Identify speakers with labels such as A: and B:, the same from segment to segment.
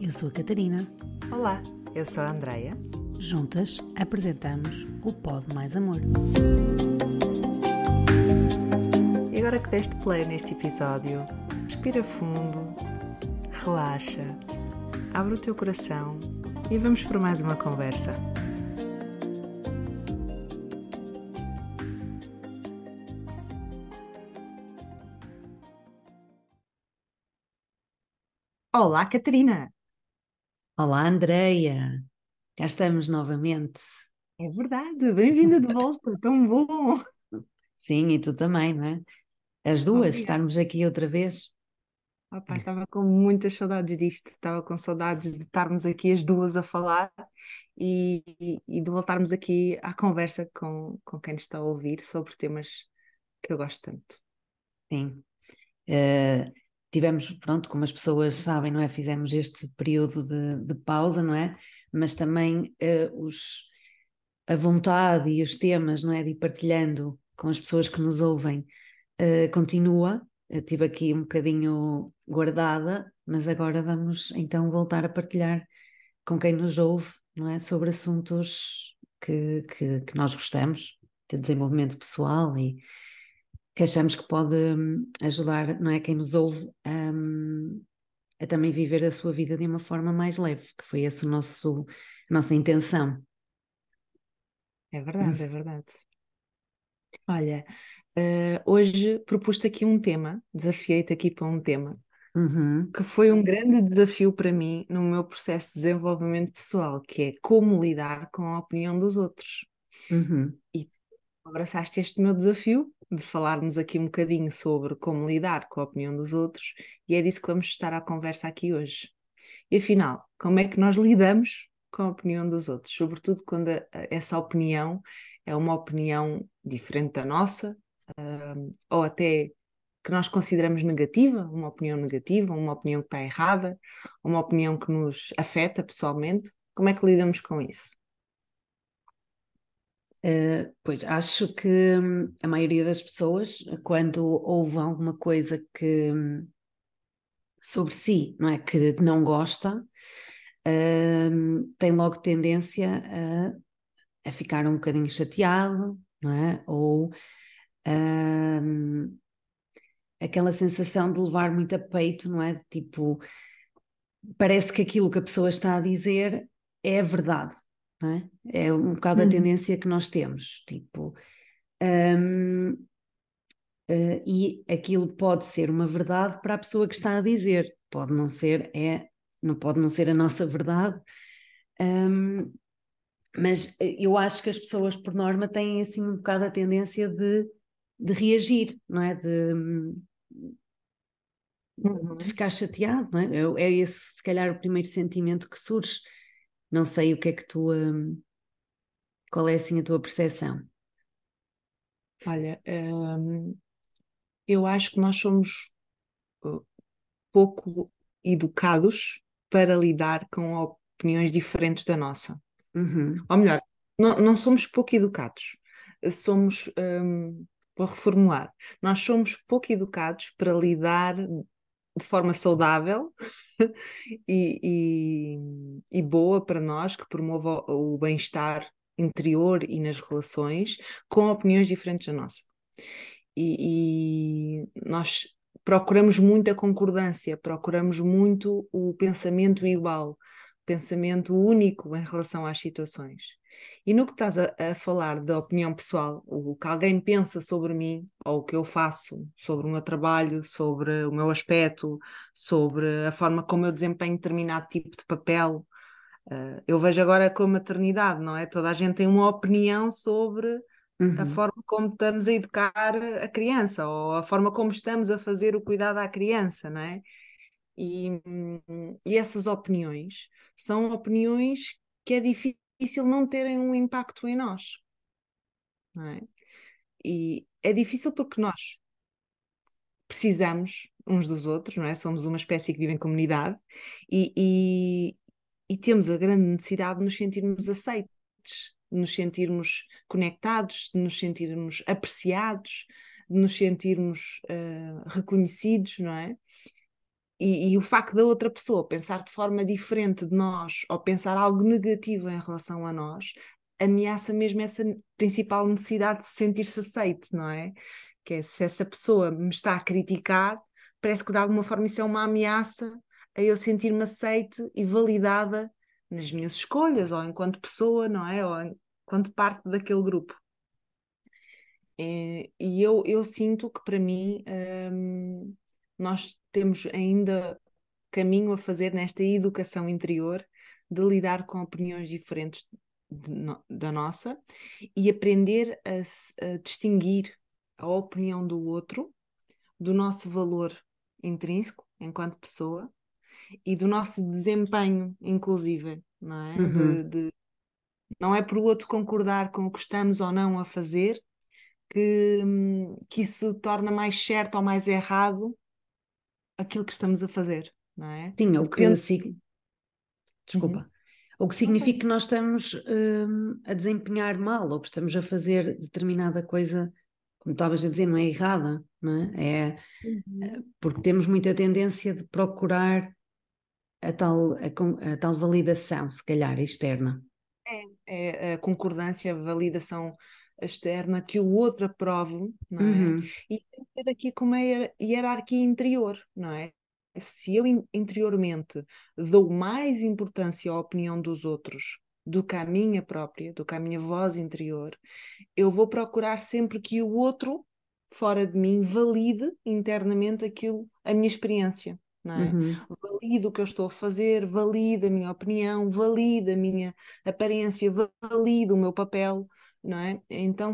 A: Eu sou a Catarina.
B: Olá, eu sou a Andreia.
A: Juntas apresentamos o Pod Mais Amor.
B: E agora que deste play neste episódio, respira fundo, relaxa, abre o teu coração e vamos para mais uma conversa. Olá, Catarina!
A: Olá, Andreia. Cá estamos novamente.
B: É verdade, bem-vinda de volta, tão bom!
A: Sim, e tu também, não é? As duas,
B: Obrigada.
A: estarmos aqui outra vez.
B: Oh, pai, estava com muitas saudades disto, estava com saudades de estarmos aqui as duas a falar e de voltarmos aqui à conversa com quem nos está a ouvir sobre temas que eu gosto tanto.
A: Sim. Tivemos, pronto, como as pessoas sabem, não é? Fizemos este período de pausa, não é? Mas também a vontade e os temas, não é? De ir partilhando com as pessoas que nos ouvem, continua. Eu tive aqui um bocadinho guardada, mas agora vamos então voltar a partilhar com quem nos ouve, não é? Sobre assuntos que nós gostamos, de desenvolvimento pessoal e que achamos que pode ajudar, não é? Quem nos ouve a também viver a sua vida de uma forma mais leve, que foi esse a nossa intenção.
B: É verdade, é verdade. Olha, hoje propus-te aqui um tema, desafiei-te aqui para um tema,
A: Uhum,
B: que foi um grande desafio para mim no meu processo de desenvolvimento pessoal, que é como lidar com a opinião dos outros.
A: uhum.
B: E abraçaste este meu desafio de falarmos aqui um bocadinho sobre como lidar com a opinião dos outros, e é disso que vamos estar à conversa aqui hoje. E afinal, como é que nós lidamos com a opinião dos outros? Sobretudo quando essa opinião é uma opinião diferente da nossa, ou até que nós consideramos negativa, uma opinião que está errada, uma opinião que nos afeta pessoalmente. Como é que lidamos com isso?
A: Pois acho que a maioria das pessoas, quando ouve alguma coisa que sobre si, não é, que não gosta, tem logo tendência a ficar um bocadinho chateado, não é? Ou hum, aquela sensação de levar muito a peito, não é? Tipo, parece que aquilo que a pessoa está a dizer é a verdade, não é? É um bocado a
B: Uhum.
A: tendência que nós temos, tipo. hum, e aquilo pode ser uma verdade para a pessoa que está a dizer, pode não ser, não pode não ser a nossa verdade, hum, mas eu acho que as pessoas, por norma, têm assim um bocado a tendência de reagir, não é? De
B: Uhum.
A: ficar chateado, não é? É esse, se calhar, o primeiro sentimento que surge. Não sei o que é que qual é assim a tua percepção.
B: Olha, eu acho que nós somos uh, pouco educados para lidar com opiniões diferentes da nossa.
A: Uhum,
B: Ou melhor, não somos pouco educados, somos, vou reformular, nós somos pouco educados para lidar de forma saudável e boa para nós, que promova o bem-estar interior e nas relações, com opiniões diferentes da nossa. E nós procuramos muito a concordância, procuramos muito o pensamento igual, pensamento único em relação às situações. E no que estás a falar da opinião pessoal, o que alguém pensa sobre mim, ou o que eu faço, sobre o meu trabalho, sobre o meu aspecto, sobre a forma como eu desempenho determinado tipo de papel, eu vejo agora com a maternidade, não é? Toda a gente tem uma opinião sobre a
A: uhum.
B: forma como estamos a educar a criança ou a forma como estamos a fazer o cuidado à criança, não é? E essas opiniões são opiniões que é difícil não terem um impacto em nós, não é? E é difícil porque nós precisamos uns dos outros, não é? Somos uma espécie que vive em comunidade e, e, e temos a grande necessidade de nos sentirmos aceites, de nos sentirmos conectados, de nos sentirmos apreciados, de nos sentirmos reconhecidos, não é? e o facto da outra pessoa pensar de forma diferente de nós ou pensar algo negativo em relação a nós, ameaça mesmo essa principal necessidade de se sentir-se aceite, não é? Que é se essa pessoa me está a criticar, parece que de alguma forma isso é uma ameaça a eu sentir-me aceite e validada nas minhas escolhas, ou enquanto pessoa, não é? Ou enquanto parte daquele grupo. E eu sinto que para mim nós temos ainda caminho a fazer nesta educação interior de lidar com opiniões diferentes da nossa e aprender a distinguir a opinião do outro do nosso valor intrínseco enquanto pessoa e do nosso desempenho, inclusive, não é?
A: Uhum.
B: Não é por o outro concordar com o que estamos ou não a fazer que isso torna mais certo ou mais errado aquilo que estamos a fazer, não é?
A: Sim,
B: Depende. Uhum.
A: desculpa. O que
B: Não faz
A: significa que nós estamos a desempenhar mal ou que estamos a fazer determinada coisa, como estavas a dizer, não é errada, não é?
B: Uhum.
A: Porque temos muita tendência de procurar a tal validação, se calhar, externa.
B: É a concordância, a validação externa, que o outro aprove, não é?
A: Uhum,
B: E tem que ter aqui como é a hierarquia interior, não é? Se eu interiormente dou mais importância à opinião dos outros do que à minha própria, do que à minha voz interior, eu vou procurar sempre que o outro, fora de mim, valide internamente aquilo, a minha experiência, não é?
A: uhum,
B: Valide o que eu estou a fazer, valide a minha opinião, valide a minha aparência, valide o meu papel, não é? Então,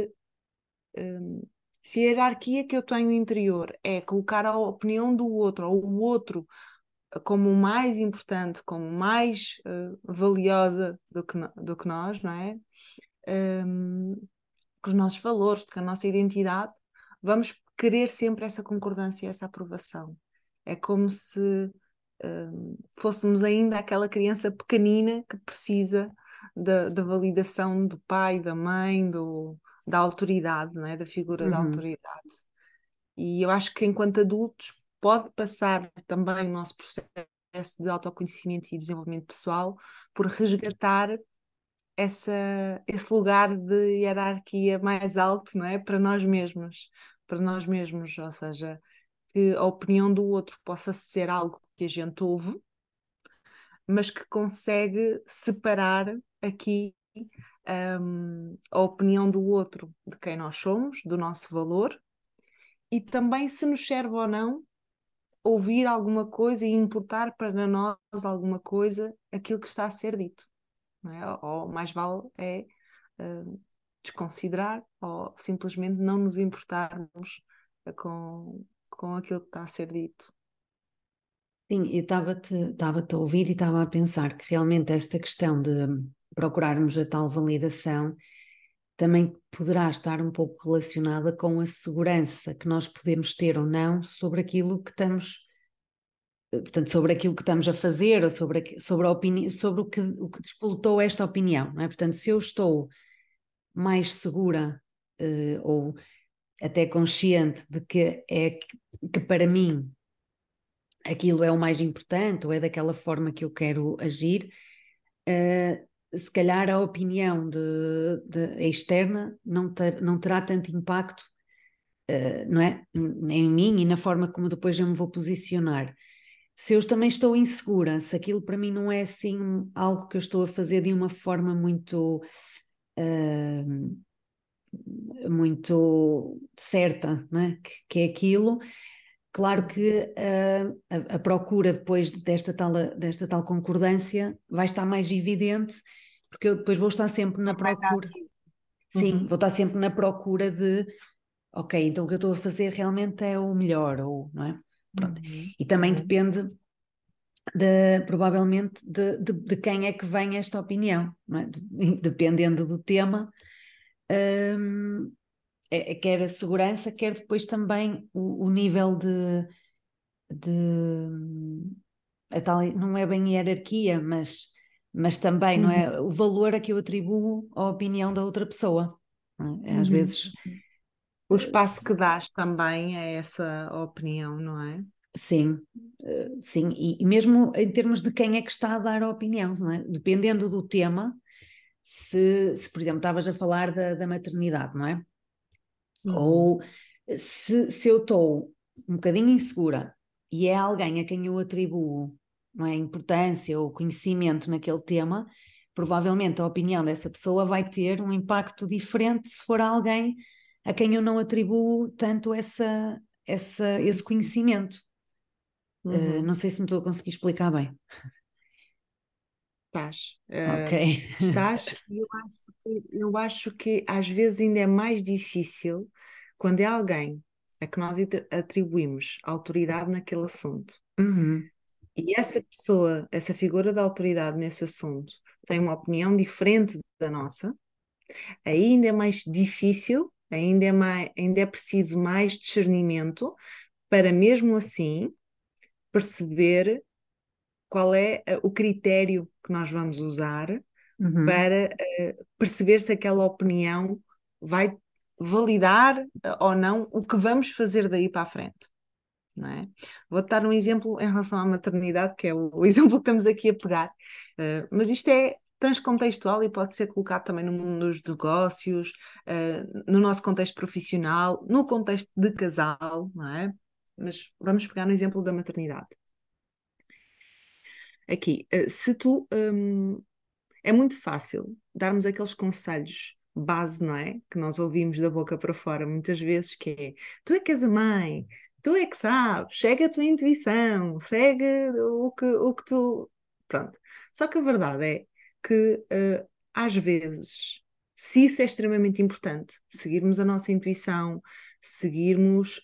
B: hum, se a hierarquia que eu tenho interior é colocar a opinião do outro ou o outro como mais importante, como mais valiosa do que nós, não é? Hum, com os nossos valores, com a nossa identidade, vamos querer sempre essa concordância, essa aprovação. É como se fôssemos ainda aquela criança pequenina que precisa da validação do pai, da mãe, da autoridade, não é? Da figura da
A: uhum.
B: autoridade. E eu acho que enquanto adultos pode passar também o nosso processo de autoconhecimento e desenvolvimento pessoal por resgatar esse lugar de hierarquia mais alto, não é? Para nós mesmos, ou seja, que a opinião do outro possa ser algo que a gente ouve, mas que consegue separar aqui a opinião do outro de quem nós somos, do nosso valor, e também se nos serve ou não ouvir alguma coisa e importar para nós alguma coisa aquilo que está a ser dito, não é? Ou mais vale é desconsiderar ou simplesmente não nos importarmos com aquilo que está a ser dito.
A: Sim, eu estava-te a ouvir e estava a pensar que realmente esta questão de procurarmos a tal validação também poderá estar um pouco relacionada com a segurança que nós podemos ter ou não sobre aquilo que estamos, portanto, sobre aquilo que estamos a fazer ou sobre a opinião, sobre o que despolutou esta opinião, não é? Portanto, se eu estou mais segura, ou até consciente de que para mim aquilo é o mais importante ou é daquela forma que eu quero agir, se calhar a opinião externa não terá tanto impacto, não é? Em mim e na forma como depois eu me vou posicionar. Se eu também estou insegura, se aquilo para mim não é assim algo que eu estou a fazer de uma forma muito certa, não é? Que é aquilo. Claro que a procura depois desta tal concordância vai estar mais evidente, porque eu depois vou estar sempre na
B: Mais
A: procura.
B: ativo.
A: Sim,
B: Uhum.
A: vou estar sempre na procura de, ok, então o que eu estou a fazer realmente é o melhor, ou não é? Pronto.
B: Uhum.
A: E também
B: Uhum.
A: depende provavelmente de quem é que vem esta opinião, não é? Dependendo do tema, hum, quer a segurança, quer depois também o nível de a tal, não é bem hierarquia, mas também, não
B: Uhum.
A: é? O valor a que eu atribuo à opinião da outra pessoa. Não é? Às
B: Uhum.
A: vezes,
B: O espaço que dás também a essa opinião, não é?
A: sim. sim, e mesmo em termos de quem é que está a dar a opinião, não é? Dependendo do tema, se por exemplo, estavas a falar da maternidade, não é?
B: Uhum.
A: Ou se eu estou um bocadinho insegura e é alguém a quem eu atribuo, não é, importância ou conhecimento naquele tema, provavelmente a opinião dessa pessoa vai ter um impacto diferente se for alguém a quem eu não atribuo tanto esse conhecimento. Não
B: Uhum.
A: sei se me estou a conseguir explicar bem.
B: Estás.
A: Ok.
B: Estás, e eu acho que às vezes ainda é mais difícil quando é alguém a que nós atribuímos autoridade naquele assunto.
A: Uhum,
B: E essa pessoa, essa figura de autoridade nesse assunto, tem uma opinião diferente da nossa, aí ainda é mais difícil, ainda é preciso mais discernimento para mesmo assim perceber qual é o critério que nós vamos usar
A: uhum,
B: para perceber se aquela opinião vai validar ou não o que vamos fazer daí para a frente. Não é? Vou-te dar um exemplo em relação à maternidade, que é o exemplo que estamos aqui a pegar. Mas isto é transcontextual e pode ser colocado também no mundo dos negócios, no nosso contexto profissional, no contexto de casal, não é? Mas vamos pegar no exemplo da maternidade. Aqui, se tu é muito fácil darmos aqueles conselhos base, não é? Que nós ouvimos da boca para fora muitas vezes, que é tu é que és a mãe, tu é que sabes, segue a tua intuição, segue o que tu. Pronto. Só que a verdade é que às vezes, se isso é extremamente importante, seguirmos a nossa intuição, seguirmos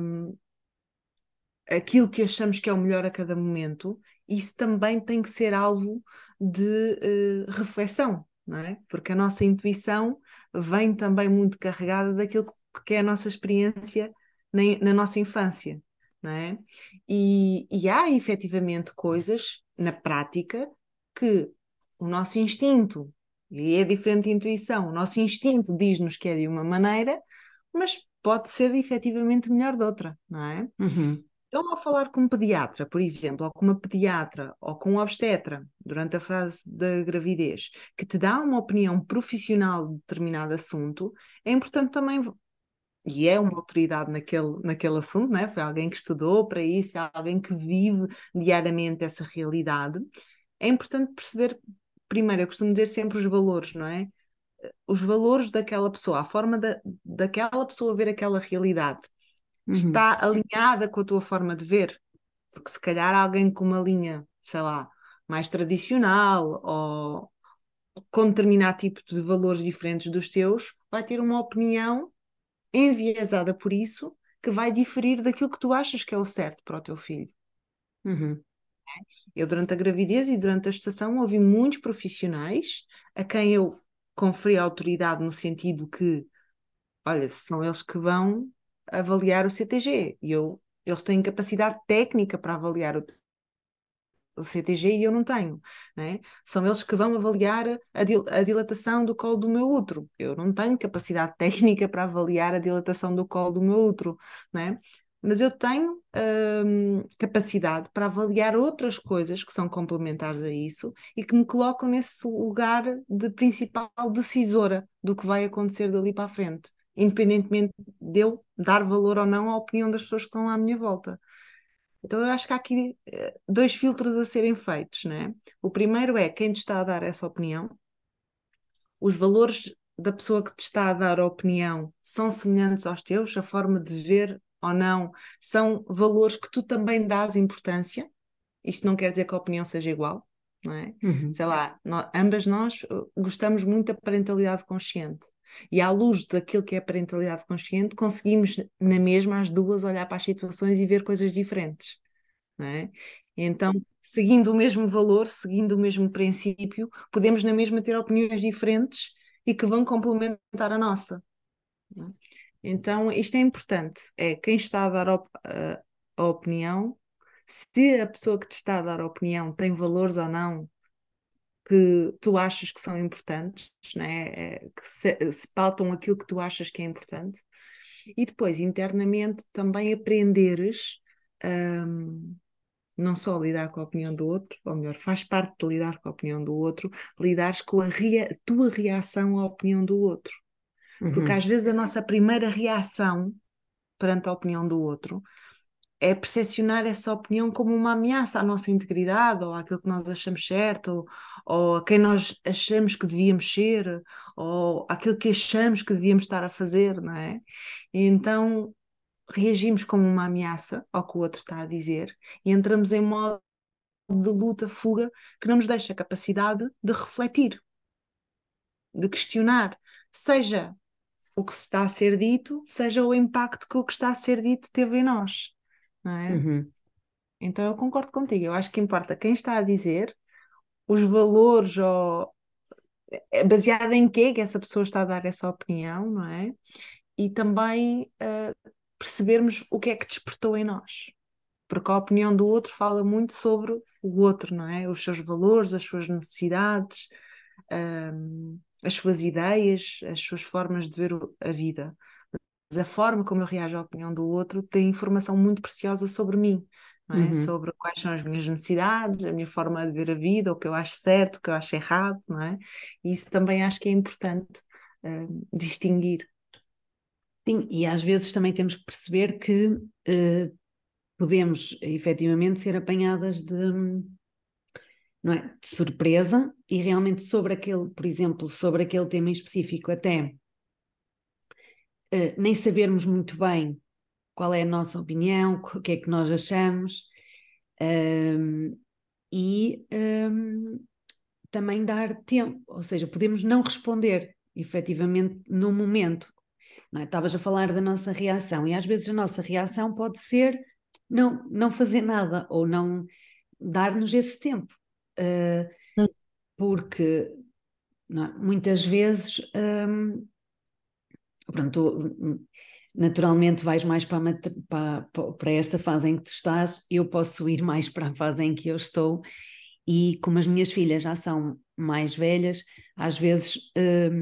B: aquilo que achamos que é o melhor a cada momento, isso também tem que ser alvo de reflexão, não é? Porque a nossa intuição vem também muito carregada daquilo que é a nossa experiência na nossa infância, não é? E há efetivamente coisas na prática que o nosso instinto, e é diferente da intuição, o nosso instinto diz-nos que é de uma maneira, mas pode ser efetivamente melhor de outra, não é?
A: uhum,
B: Então, ao falar com um pediatra, por exemplo, ou com uma pediatra, ou com um obstetra, durante a fase da gravidez, que te dá uma opinião profissional de determinado assunto, é importante também, e é uma autoridade naquele assunto, né? Foi alguém que estudou para isso, é alguém que vive diariamente essa realidade. É importante perceber, primeiro, eu costumo dizer sempre os valores, não é? Os valores daquela pessoa, a forma daquela pessoa ver aquela realidade
A: uhum,
B: está alinhada com a tua forma de ver. Porque se calhar alguém com uma linha, sei lá, mais tradicional ou com determinado tipo de valores diferentes dos teus, vai ter uma opinião enviesada por isso que vai diferir daquilo que tu achas que é o certo para o teu filho.
A: uhum,
B: Eu, durante a gravidez e durante a gestação, ouvi muitos profissionais a quem eu conferi autoridade no sentido que, olha, são eles que vão avaliar o CTG e eles têm capacidade técnica para avaliar o CTG e eu não tenho, né? São eles que vão avaliar a dilatação do colo do meu útero. Eu não tenho capacidade técnica para avaliar a dilatação do colo do meu útero, né? Mas eu tenho capacidade para avaliar outras coisas que são complementares a isso e que me colocam nesse lugar de principal decisora do que vai acontecer dali para a frente, independentemente de eu dar valor ou não à opinião das pessoas que estão à minha volta. Então, eu acho que há aqui dois filtros a serem feitos, né? O primeiro é quem te está a dar essa opinião, os valores da pessoa que te está a dar a opinião são semelhantes aos teus, a forma de ver ou não são valores que tu também dás importância. Isto não quer dizer que a opinião seja igual, não é?
A: uhum,
B: Sei lá, ambas nós gostamos muito da parentalidade consciente. E à luz daquilo que é a parentalidade consciente, conseguimos na mesma as duas olhar para as situações e ver coisas diferentes, não é? Então, seguindo o mesmo valor, seguindo o mesmo princípio, podemos na mesma ter opiniões diferentes e que vão complementar a nossa, não é? Então, isto é importante, é quem está a dar a opinião, se a pessoa que te está a dar a opinião tem valores ou não que tu achas que são importantes, né? Que se pautam aquilo que tu achas que é importante, e depois internamente também aprenderes não só lidar com a opinião do outro, ou melhor, faz parte de lidar com a opinião do outro, lidares com a tua reação à opinião do outro. Porque às
A: Uhum,
B: vezes a nossa primeira reação perante a opinião do outro é percepcionar essa opinião como uma ameaça à nossa integridade, ou àquilo que nós achamos certo, ou a quem nós achamos que devíamos ser, ou àquilo que achamos que devíamos estar a fazer, não é? E então reagimos como uma ameaça ao que o outro está a dizer e entramos em modo de luta, fuga, que não nos deixa a capacidade de refletir, de questionar, seja o que está a ser dito, seja o impacto que o que está a ser dito teve em nós, não é?
A: uhum,
B: Então eu concordo contigo, eu acho que importa quem está a dizer, os valores, ou é baseado em quê que essa pessoa está a dar essa opinião, não é? E também percebermos o que é que despertou em nós. Porque a opinião do outro fala muito sobre o outro, não é? Os seus valores, as suas necessidades, as suas ideias, as suas formas de ver a vida. Mas a forma como eu reajo à opinião do outro tem informação muito preciosa sobre mim, não é?
A: uhum.
B: Sobre quais são as minhas necessidades, a minha forma de ver a vida, o que eu acho certo, o que eu acho errado, não é? E isso também acho que é importante, distinguir.
A: Sim, e às vezes também temos que perceber que podemos efetivamente ser apanhadas de, não é, de surpresa e realmente sobre aquele, por exemplo, sobre aquele tema em específico, até nem sabermos muito bem qual é a nossa opinião, o que é que nós achamos, ehm, e também dar tempo, ou seja, podemos não responder efetivamente no momento. Não é? Estavas a falar da nossa reação, e às vezes a nossa reação pode ser não fazer nada ou não dar-nos esse tempo. Uh, Porque não é? Muitas vezes, pronto, naturalmente vais mais para esta fase em que tu estás, eu posso ir mais para a fase em que eu estou, e como as minhas filhas já são mais velhas, às vezes.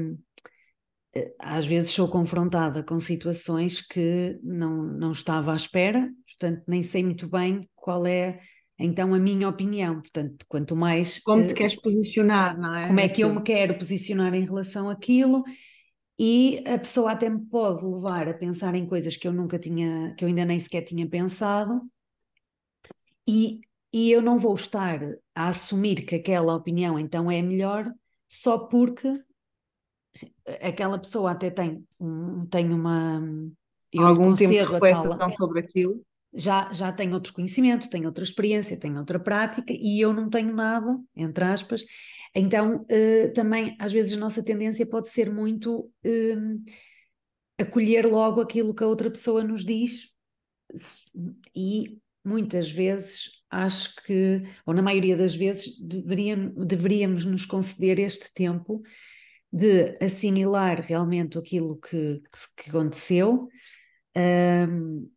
A: Às vezes sou confrontada com situações que não estava à espera, portanto, nem sei muito bem qual é então a minha opinião. Portanto, quanto mais
B: Como te queres posicionar, não é?
A: como é que eu me
B: Naquilo.
A: quero posicionar em relação àquilo, e a pessoa até me pode levar a pensar em coisas que eu nunca tinha, que eu ainda nem sequer tinha pensado, e, e eu não vou estar a assumir que aquela opinião então é melhor só porque aquela pessoa até tem uma. Eu lhe
B: Algum tempo de
A: concedo a tal.
B: reflexão sobre aquilo.
A: Já tem outro conhecimento, tem outra experiência, tem outra prática e eu não tenho nada, entre aspas. Então, também, às vezes, a nossa tendência pode ser muito acolher logo aquilo que a outra pessoa nos diz, e muitas vezes acho que, ou na maioria das vezes, deveríamos nos conceder este tempo de assimilar realmente aquilo que aconteceu, um,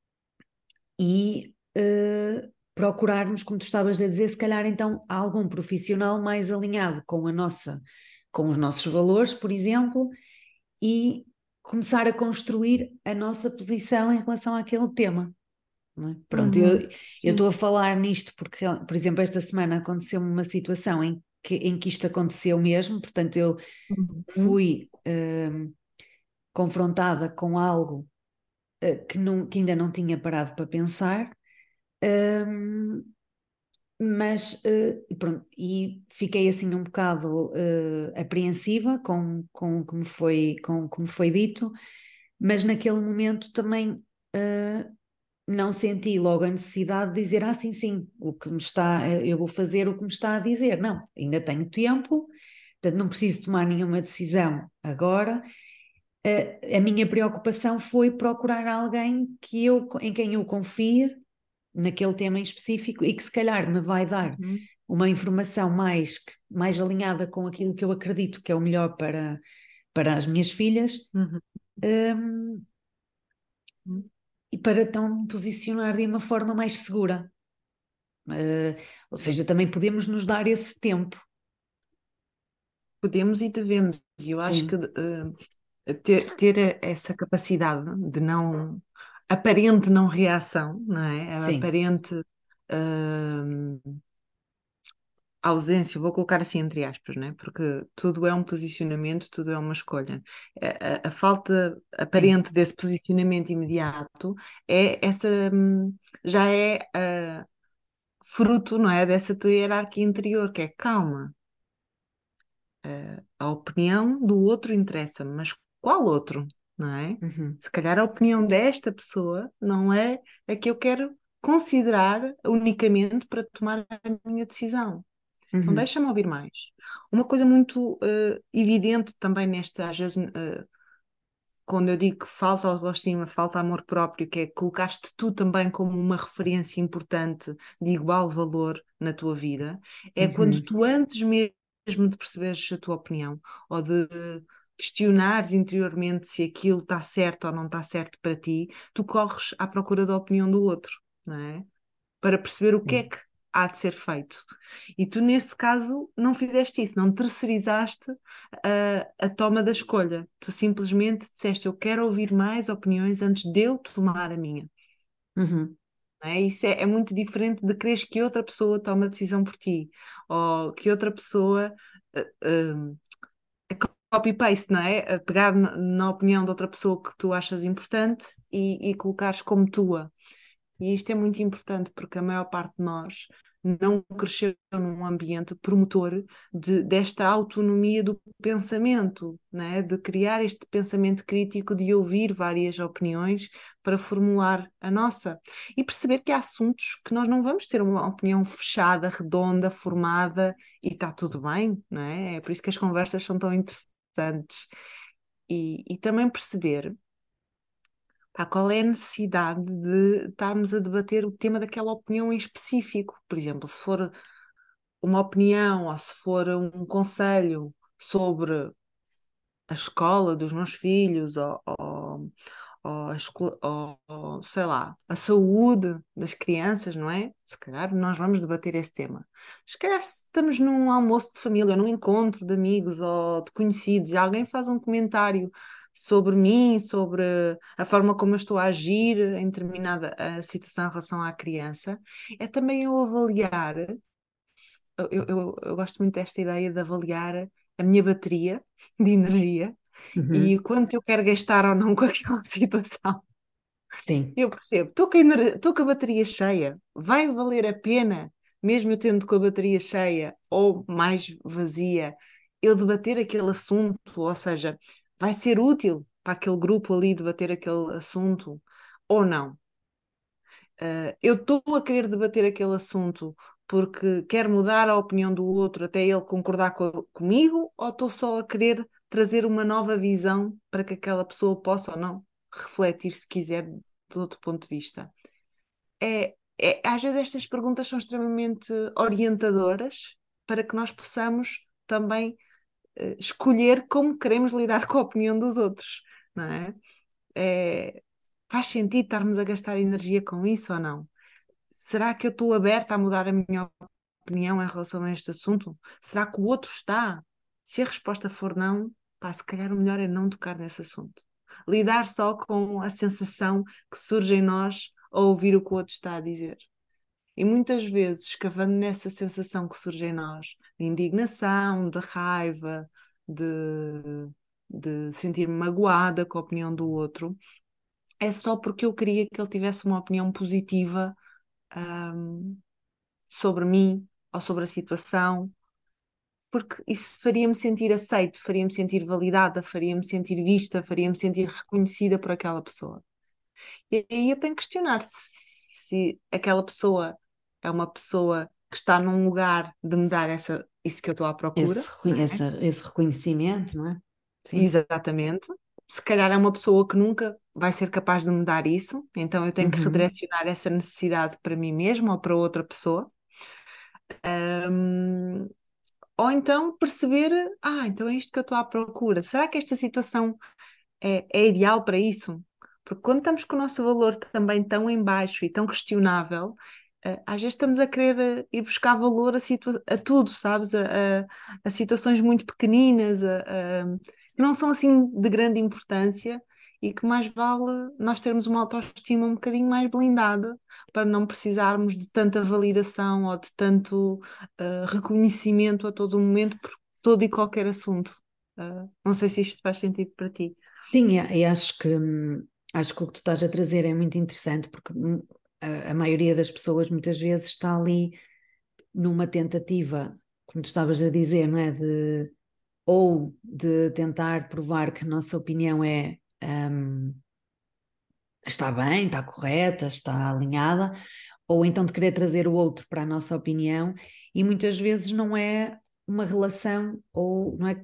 A: e procurarmos, como tu estavas a dizer, se calhar então algum profissional mais alinhado com a nossa, com os nossos valores, por exemplo, e começar a construir a nossa posição em relação àquele tema. Não é? Pronto,
B: Uhum.
A: eu
B: Sim.
A: estou a falar nisto porque, por exemplo, esta semana aconteceu-me uma situação em que isto aconteceu mesmo, portanto, eu
B: Uhum.
A: fui confrontada com algo que ainda não tinha parado para pensar, hum, mas pronto, e fiquei assim um bocado apreensiva com o que me foi dito, mas naquele momento também não senti logo a necessidade de dizer, sim, sim, eu vou fazer o que me está a dizer. Não, ainda tenho tempo, portanto não preciso tomar nenhuma decisão agora. A minha preocupação foi procurar alguém em quem eu confie naquele tema em específico e que se calhar me vai dar
B: Uhum.
A: uma informação mais alinhada com aquilo que eu acredito que é o melhor para as minhas filhas,
B: Uhum.
A: hum,
B: Uhum.
A: e para então me posicionar de uma forma mais segura. Ou seja, também podemos nos dar esse tempo.
B: Podemos e devemos. E eu acho que
A: Sim,
B: ter essa capacidade de não aparente não reação, não é? A
A: sim.
B: aparente hum, ausência, vou colocar assim entre aspas, né? Porque tudo é um posicionamento, tudo é uma escolha. A falta
A: Sim.
B: aparente desse posicionamento imediato é essa, já é fruto, não é, dessa tua hierarquia interior, que é calma. A opinião do outro interessa-me, mas qual outro, não é?
A: Uhum.
B: Se calhar a opinião desta pessoa não é a que eu quero considerar unicamente para tomar a minha decisão. Então
A: Uhum.
B: deixa-me ouvir mais. Uma coisa muito evidente também neste, às vezes, quando eu digo que falta autoestima, falta amor próprio, que é colocaste tu também como uma referência importante de igual valor na tua vida, é quando
A: Uhum.
B: tu antes mesmo de perceberes a tua opinião ou de questionares interiormente se aquilo está certo ou não está certo para ti, tu corres à procura da opinião do outro, não é? Para perceber o que é
A: Sim.
B: que há de ser feito. E tu, nesse caso, não fizeste isso, não terceirizaste a toma da escolha. Tu simplesmente disseste: eu quero ouvir mais opiniões antes de eu tomar a minha.
A: Uhum.
B: Não é? Isso é muito diferente de quereres que outra pessoa tome a decisão por ti, ou que outra pessoa copy-paste, não é? A pegar na opinião de outra pessoa que tu achas importante e colocares como tua. E isto é muito importante porque a maior parte de nós não cresceu num ambiente promotor desta autonomia do pensamento, né? De criar este pensamento crítico, de ouvir várias opiniões para formular a nossa. E perceber que há assuntos que nós não vamos ter uma opinião fechada, redonda, formada e está tudo bem, não é? É por isso que as conversas são tão interessantes. E também perceber. Pá, qual é a necessidade de estarmos a debater o tema daquela opinião em específico? Por exemplo, se for uma opinião ou se for um conselho sobre a escola dos meus filhos ou ou, sei lá, a saúde das crianças, não é? Se calhar nós vamos debater esse tema. Se calhar se estamos num almoço de família, num encontro de amigos ou de conhecidos e alguém faz um comentário sobre mim, sobre a forma como eu estou a agir em determinada situação em relação à criança, é também eu avaliar, eu gosto muito desta ideia de avaliar a minha bateria de energia e
A: Uhum.
B: o quanto eu quero gastar ou não com aquela situação.
A: Sim.
B: Eu percebo, estou com a bateria cheia, vai valer a pena, mesmo eu tendo com a bateria cheia ou mais vazia, eu debater aquele assunto, ou seja, vai ser útil para aquele grupo ali debater aquele assunto ou não? Eu estou a querer debater aquele assunto porque quero mudar a opinião do outro até ele concordar comigo, ou estou só a querer trazer uma nova visão para que aquela pessoa possa ou não refletir, se quiser, de outro ponto de vista? Às vezes estas perguntas são extremamente orientadoras para que nós possamos também escolher como queremos lidar com a opinião dos outros, não é? É, faz sentido estarmos a gastar energia com isso ou não? Será que eu estou aberta a mudar a minha opinião em relação a este assunto? Será que o outro está? Se a resposta for não, pá, se calhar o melhor é não tocar nesse assunto. Lidar só com a sensação que surge em nós ao ouvir o que o outro está a dizer. E muitas vezes, escavando nessa sensação que surge em nós, de indignação, de raiva, de sentir-me magoada com a opinião do outro, é só porque eu queria que ele tivesse uma opinião positiva, sobre mim ou sobre a situação, porque isso faria-me sentir aceite, faria-me sentir validada, faria-me sentir vista, faria-me sentir reconhecida por aquela pessoa. E aí eu tenho que questionar se aquela pessoa é uma pessoa que está num lugar de me dar isso que eu estou à procura, não é?
A: Esse reconhecimento, não é? Sim.
B: Exatamente. Se calhar é uma pessoa que nunca vai ser capaz de me dar isso, então eu tenho que
A: Uhum.
B: redirecionar essa necessidade para mim mesma ou para outra pessoa. Hum, Ou então perceber, então é isto que eu estou à procura. Será que esta situação é ideal para isso? Porque quando estamos com o nosso valor também tão em baixo e tão questionável, às vezes estamos a querer ir buscar valor a tudo, sabes? A situações muito pequeninas, que não são assim de grande importância e que mais vale nós termos uma autoestima um bocadinho mais blindada para não precisarmos de tanta validação ou de tanto reconhecimento a todo momento por todo e qualquer assunto. Não sei se isto faz sentido para ti.
A: Sim, e acho que o que tu estás a trazer é muito interessante, porque a maioria das pessoas muitas vezes está ali numa tentativa, como tu estavas a dizer, não é? Ou de tentar provar que a nossa opinião está bem, está correta, está alinhada, ou então de querer trazer o outro para a nossa opinião, e muitas vezes não é uma relação, ou não é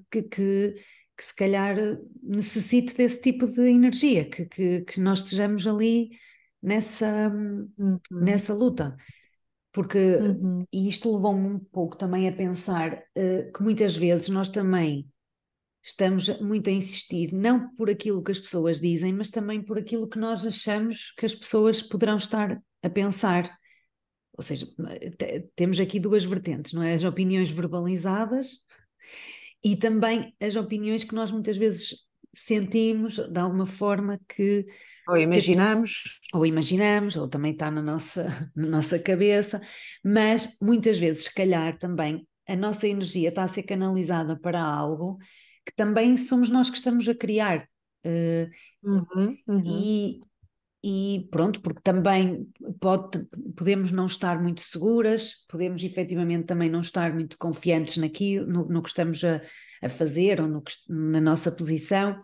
A: que se calhar necessite desse tipo de energia, que nós estejamos ali nessa,
B: Uhum,
A: nessa luta. Porque,
B: uhum,
A: e isto levou-me um pouco também a pensar que muitas vezes nós também estamos muito a insistir, não por aquilo que as pessoas dizem, mas também por aquilo que nós achamos que as pessoas poderão estar a pensar. Ou seja, temos aqui duas vertentes, não é? As opiniões verbalizadas e também as opiniões que nós muitas vezes sentimos de alguma forma
B: ou
A: que as pessoas
B: imaginamos.
A: ou imaginamos, ou também está na nossa, na nossa cabeça, mas muitas vezes, se calhar, também a nossa energia está a ser canalizada para algo que também somos nós que estamos a criar. Eh,
B: Uhum, uhum,
A: e, e pronto, porque também podemos não estar muito seguras, podemos efetivamente também não estar muito confiantes naquilo, no que estamos a fazer ou na nossa posição,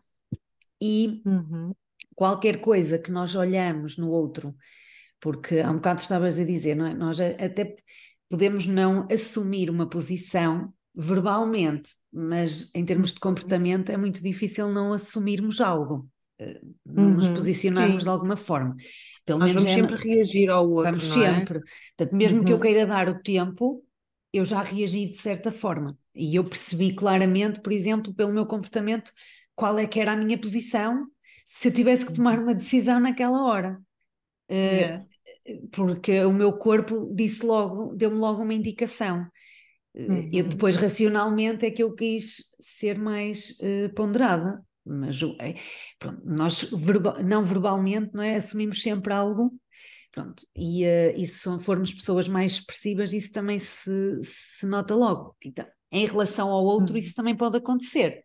A: e
B: uhum,
A: qualquer coisa que nós olhamos no outro, porque há um bocado estavas a dizer, não é? Nós até podemos não assumir uma posição verbalmente, mas em termos de
B: uhum,
A: comportamento é muito difícil não assumirmos algo, não nos
B: uhum.
A: posicionarmos de
B: Sim,
A: alguma forma. Pelo
B: nós
A: menos
B: vamos sempre reagir ao
A: vamos
B: outro, não é?
A: sempre. Portanto, mesmo que eu
B: Uhum,
A: queira dar o tempo, eu já reagi de certa forma. E eu percebi claramente, por exemplo, pelo meu comportamento, qual é que era a minha posição se eu tivesse que tomar
B: uhum.
A: uma decisão naquela hora.
B: Yeah.
A: Porque o meu corpo disse logo, deu-me logo uma indicação. Eu
B: Uhum,
A: depois, racionalmente, é que eu quis ser mais ponderada. Mas pronto, nós não verbalmente, não é? Assumimos sempre algo. Pronto, e se formos pessoas mais expressivas, isso também se nota logo. Então, em relação ao outro, isso
B: uhum,
A: também pode acontecer.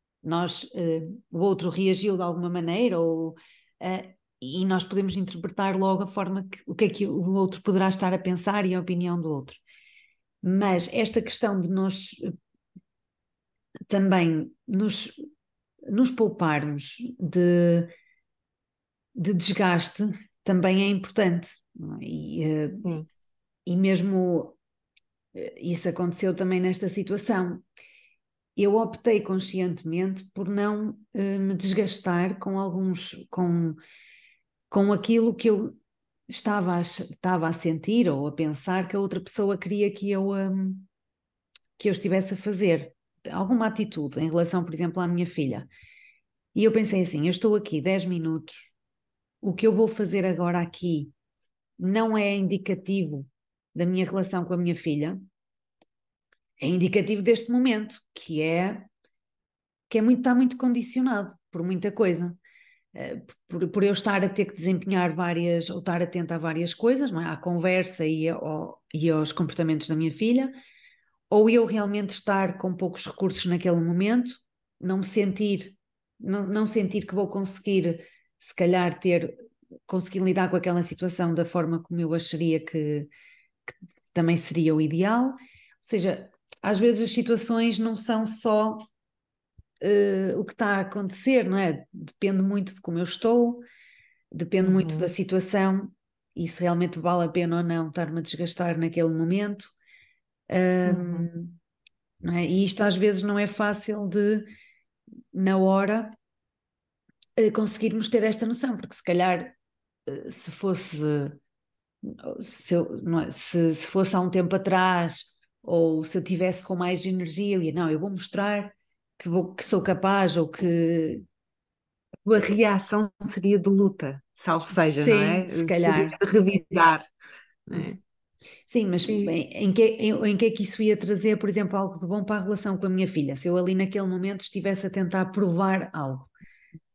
A: O outro reagiu de alguma maneira, e nós podemos interpretar logo a forma o que é que o outro poderá estar a pensar e a opinião do outro. Mas esta questão de nós também nos pouparmos de desgaste também é importante. Não é?
B: sim.
A: E mesmo isso aconteceu também nesta situação. Eu optei conscientemente por não me desgastar com com aquilo que eu estava a sentir ou a pensar que a outra pessoa queria que eu estivesse a fazer. Alguma atitude em relação, por exemplo, à minha filha. E eu pensei assim: eu estou aqui 10 minutos, o que eu vou fazer agora aqui não é indicativo da minha relação com a minha filha, é indicativo deste momento, que é muito, está muito condicionado por muita coisa. Por eu estar a ter que desempenhar várias, ou estar atenta a várias coisas, não é? À conversa e aos comportamentos da minha filha, ou eu realmente estar com poucos recursos naquele momento, não me sentir, não sentir que vou conseguir, se calhar, conseguir lidar com aquela situação da forma como eu acharia que também seria o ideal. Ou seja, às vezes as situações não são só o que está a acontecer, não é? Depende muito de como eu estou, depende muito da
B: Uhum,
A: situação e se realmente vale a pena ou não estar-me a desgastar naquele momento.
B: uhum,
A: Não é? E isto às vezes não é fácil na hora, conseguirmos ter esta noção, porque se calhar se fosse, não é? Se fosse há um tempo atrás, ou se eu tivesse com mais energia, eu ia, não, eu vou mostrar que sou capaz, ou que
B: a reação seria de luta, salvo seja, não
A: sim,
B: é?
A: se
B: Seria
A: calhar.
B: de revidar, não é?
A: Sim, mas
B: E,
A: em que é que isso ia trazer, por exemplo, algo de bom para a relação com a minha filha? Se eu ali naquele momento estivesse a tentar provar algo.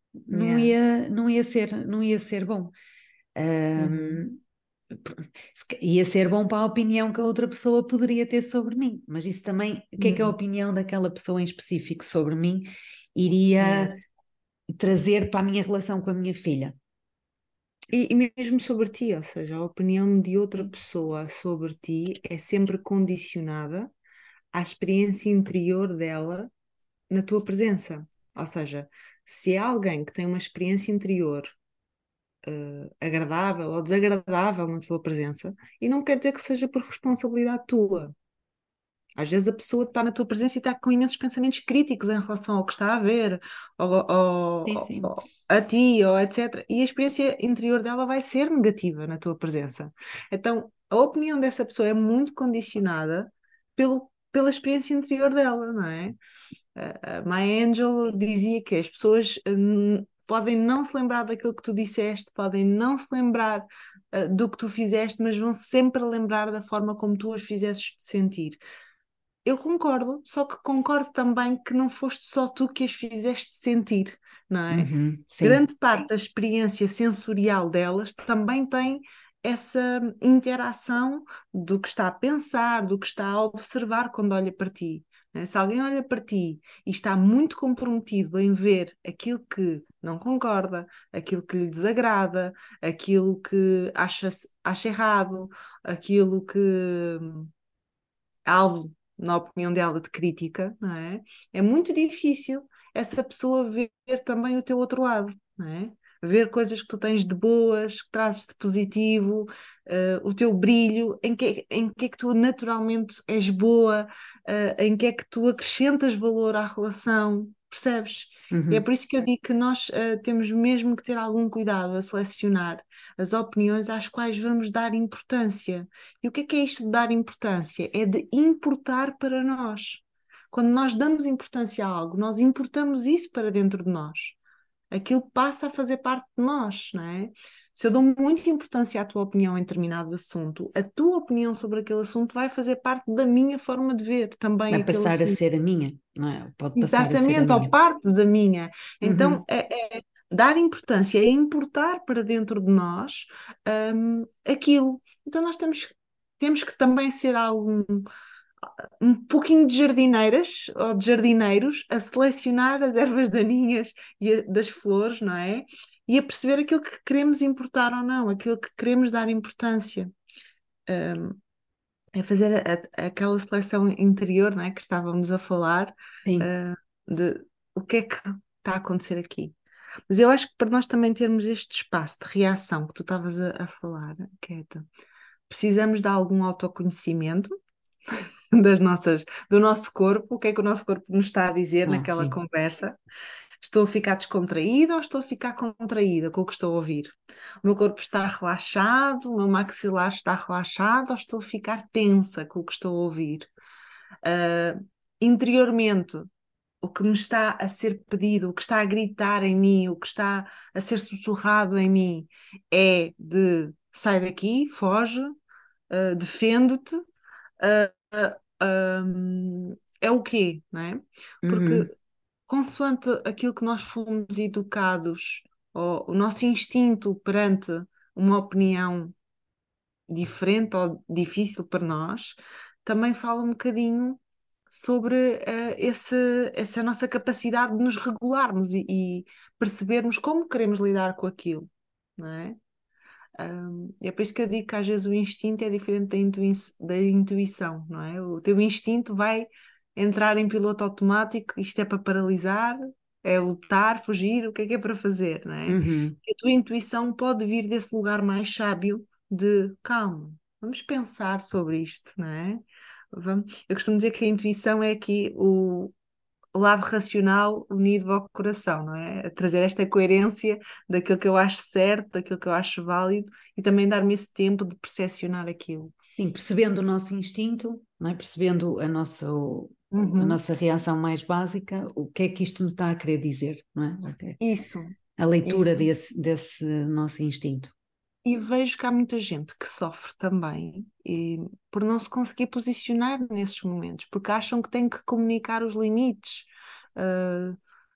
B: Yeah.
A: não ia ser bom.
B: Uhum.
A: Ahm, Ia ser bom para a opinião que a outra pessoa poderia ter sobre mim, mas isso também, o que é a
B: Uhum.
A: opinião daquela pessoa em específico sobre mim
B: Yeah.
A: iria trazer para a minha relação com a minha filha?
B: E mesmo sobre ti, ou seja, a opinião de outra
A: Sim,
B: pessoa sobre ti é sempre condicionada à experiência interior dela na tua presença. Ou seja, se é alguém que tem uma experiência interior agradável ou desagradável na tua presença, e não quer dizer que seja por responsabilidade tua. Às vezes a pessoa está na tua presença e está com imensos pensamentos críticos em relação ao que está a ver,
A: sim, sim.
B: a ti, ou etc. E a experiência interior dela vai ser negativa na tua presença. Então, a opinião dessa pessoa é muito condicionada pela experiência interior dela, não é? A Maya Angelou dizia que as pessoas podem não se lembrar daquilo que tu disseste, podem não se lembrar do que tu fizeste, mas vão sempre lembrar da forma como tu as fizeste sentir. Eu concordo, só que concordo também que não foste só tu que as fizeste sentir, não é?
A: Uhum, sim.
B: Grande parte da experiência sensorial delas também tem essa interação do que está a pensar, do que está a observar quando olha para ti, né? Se alguém olha para ti e está muito comprometido em ver aquilo que não concorda, aquilo que lhe desagrada, aquilo que acha errado, aquilo que alvo, na opinião dela, de crítica, não é? É muito difícil essa pessoa ver também o teu outro lado, não é? Ver coisas que tu tens de boas, que trazes de positivo, o teu brilho, em que é que tu naturalmente és boa, em que é que tu acrescentas valor à relação, percebes? E é
A: Uhum.
B: por isso que eu digo que nós temos mesmo que ter algum cuidado a selecionar as opiniões às quais vamos dar importância. E o que é isto de dar importância? É de importar para nós. Quando nós damos importância a algo, nós importamos isso para dentro de nós. Aquilo passa a fazer parte de nós, não é? Se eu dou muita importância à tua opinião em determinado assunto, a tua opinião sobre aquele assunto vai fazer parte da minha forma de ver também
A: Vai
B: aquele
A: passar a
B: assunto.
A: ser a minha, não é? Pode passar a ser a
B: Exatamente, ou
A: minha.
B: parte da minha. Então,
A: Uhum,
B: é dar importância, é importar para dentro de nós, aquilo. Então, temos que também ser um pouquinho de jardineiras ou de jardineiros a selecionar as ervas daninhas das flores, não é? E a perceber aquilo que queremos importar ou não, aquilo que queremos dar importância. É fazer aquela seleção interior, não é? Que estávamos a falar,
A: sim,
B: ah, de o que é que está a acontecer aqui. Mas eu acho que para nós também termos este espaço de reação que tu estavas a falar, Keta, precisamos de algum autoconhecimento do nosso corpo, o que é que o nosso corpo nos está a dizer naquela
A: sim.
B: conversa. Estou a ficar descontraída ou estou a ficar contraída com o que estou a ouvir? O meu corpo está relaxado, o meu maxilar está relaxado ou estou a ficar tensa com o que estou a ouvir? Ah, interiormente, o que me está a ser pedido, o que está a gritar em mim, o que está a ser sussurrado em mim é de sai daqui, foge, defende-te, é o quê, não é? Porque
A: Uhum,
B: consoante aquilo que nós fomos educados, ou o nosso instinto perante uma opinião diferente ou difícil para nós, também fala um bocadinho sobre essa nossa capacidade de nos regularmos e percebermos como queremos lidar com aquilo, não é? É por isso que eu digo que às vezes o instinto é diferente da intuição, não é? O teu instinto vai entrar em piloto automático, isto é para paralisar, é lutar, fugir, o que é para fazer, não é?
A: uhum.
B: A tua intuição pode vir desse lugar mais sábio de calma, vamos pensar sobre isto, não é? Eu costumo dizer que a intuição é aqui o lado racional unido ao coração, não é? A trazer esta coerência daquilo que eu acho certo, daquilo que eu acho válido e também dar-me esse tempo de percepcionar aquilo.
A: Sim, percebendo o nosso instinto, não é? Percebendo a
B: Uhum.
A: nossa reação mais básica, o que é que isto me está a querer dizer, não é? Ok.
B: Isso,
A: A leitura
B: isso.
A: desse nosso instinto.
B: E vejo que há muita gente que sofre também por não se conseguir posicionar nesses momentos, porque acham que têm que comunicar os limites,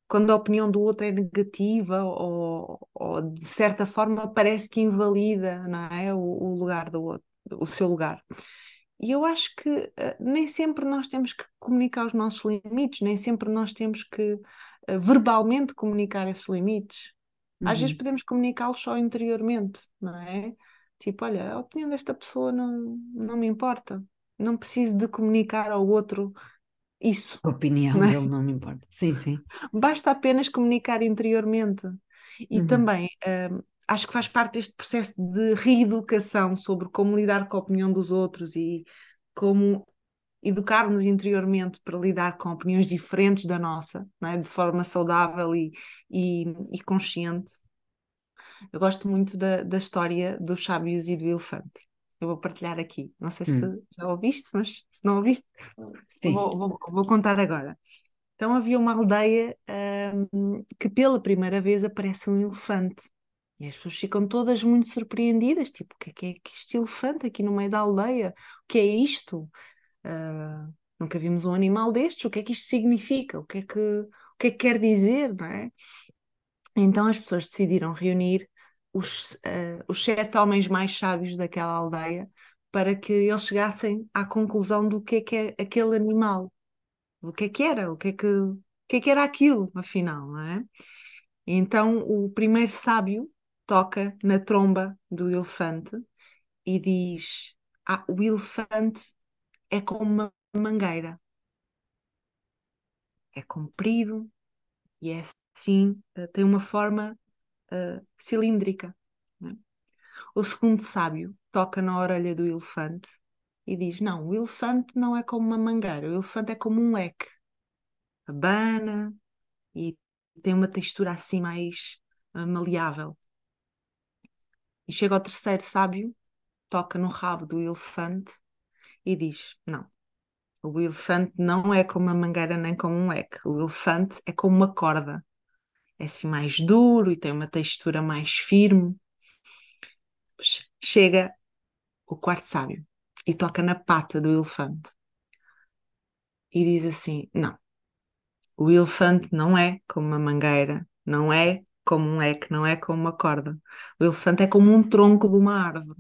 B: quando a opinião do outro é negativa ou de certa forma parece que invalida, não é? O lugar do outro, o seu lugar. E eu acho que nem sempre nós temos que comunicar os nossos limites, nem sempre nós temos que verbalmente comunicar esses limites. Às vezes
A: Uhum.
B: podemos comunicá-los só interiormente, não é? Tipo, olha, a opinião desta pessoa não me importa. Não preciso de comunicar ao outro isso,
A: A opinião
B: não é?
A: dele não me importa. Sim, sim.
B: Basta apenas comunicar interiormente. E
A: Uhum.
B: também acho que faz parte deste processo de reeducação sobre como lidar com a opinião dos outros e como educar-nos interiormente para lidar com opiniões diferentes da nossa, não é? De forma saudável e consciente. Eu gosto muito da história dos sábios e do elefante. Eu vou partilhar aqui. Não sei se
A: Hum.
B: já ouviste, mas se não ouviste,
A: Sim.
B: vou contar agora. Então havia uma aldeia, que pela primeira vez aparece um elefante. E as pessoas ficam todas muito surpreendidas, tipo, o que é que este elefante aqui no meio da aldeia? O que é isto? Nunca vimos um animal destes, o que é que isto significa? O que é que quer dizer, não é? Então as pessoas decidiram reunir os 7 homens mais sábios daquela aldeia para que eles chegassem à conclusão do que é aquele animal, o que era, o que era aquilo, afinal, não é? Então o primeiro sábio toca na tromba do elefante e diz: Ah, o elefante é como uma mangueira, é comprido e é assim, tem uma forma cilíndrica. Não é? O segundo sábio toca na orelha do elefante e diz: Não, o elefante não é como uma mangueira, o elefante é como um leque, abana e tem uma textura assim mais maleável. E chega ao terceiro sábio, toca no rabo do elefante e diz: Não, o elefante não é como uma mangueira nem como um leque, o elefante é como uma corda. É assim mais duro e tem uma textura mais firme. Chega o quarto sábio e toca na pata do elefante e diz assim: Não, o elefante não é como uma mangueira, não é como um leque, não é como uma corda. O elefante é como um tronco de uma árvore.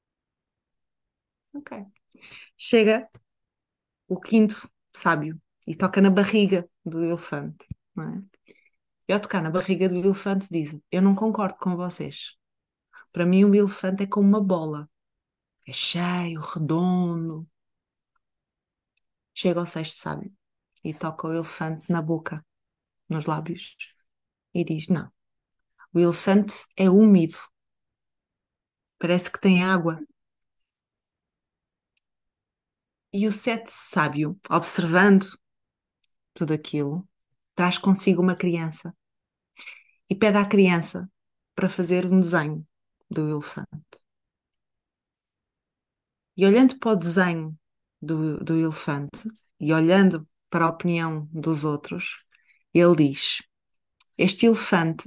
B: Ok. Chega o quinto sábio e toca na barriga do elefante, não é? E ao tocar na barriga do elefante diz: Eu não concordo com vocês. Para mim, o elefante é como uma bola. É cheio, redondo. Chega ao sexto sábio e toca o elefante na boca, nos lábios, e diz: Não, o elefante é úmido, parece que tem água. E o sete sábio, observando tudo aquilo, traz consigo uma criança e pede à criança para fazer um desenho do elefante. E olhando para o desenho do elefante e olhando para a opinião dos outros, ele diz: Este elefante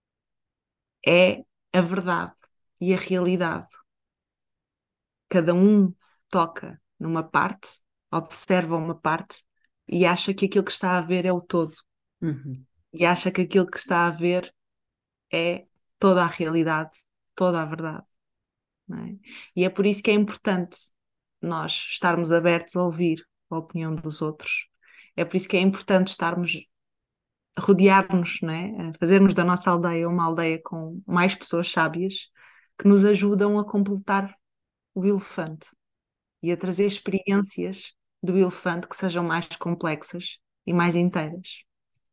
B: é a verdade e a realidade. Cada um toca numa parte, observa uma parte e acha que aquilo que está a ver é o todo.
A: Uhum.
B: E acha que aquilo que está a ver é toda a realidade, toda a verdade. Não é? E é por isso que é importante nós estarmos abertos a ouvir a opinião dos outros. É por isso que é importante estarmos, rodearmos, não é? A fazermos da nossa aldeia uma aldeia com mais pessoas sábias que nos ajudam a completar o elefante e a trazer experiências do elefante que sejam mais complexas e mais inteiras.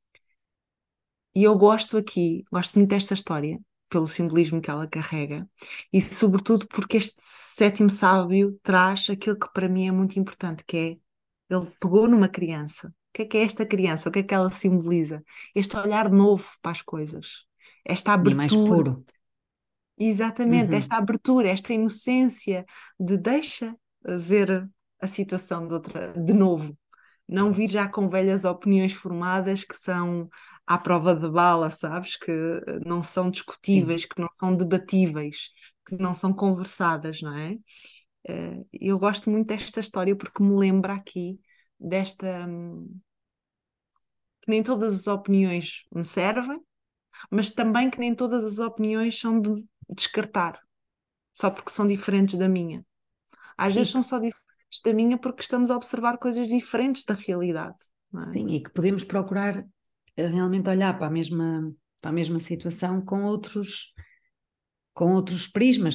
B: E eu gosto muito desta história, pelo simbolismo que ela carrega, e sobretudo porque este sétimo sábio traz aquilo que para mim é muito importante, que é ele pegou numa criança. O que é esta criança? O que é que ela simboliza? Este olhar novo para as coisas, esta
A: E mais
B: abertura,
A: puro.
B: exatamente, esta
A: Uhum.
B: abertura, esta inocência de deixa ver a situação de novo, não vir já com velhas opiniões formadas que são à prova de bala, sabes? Que não são
A: Sim.
B: discutíveis, que não são debatíveis, que não são conversadas, não é? Eu gosto muito desta história porque me lembra aqui desta, que nem todas as opiniões me servem, mas também que nem todas as opiniões são de descartar, só porque são diferentes da minha. Às
A: E
B: vezes são só diferentes da minha porque estamos a observar coisas diferentes da realidade, não é?
A: sim, e que podemos procurar realmente olhar para a mesma situação com outros prismas,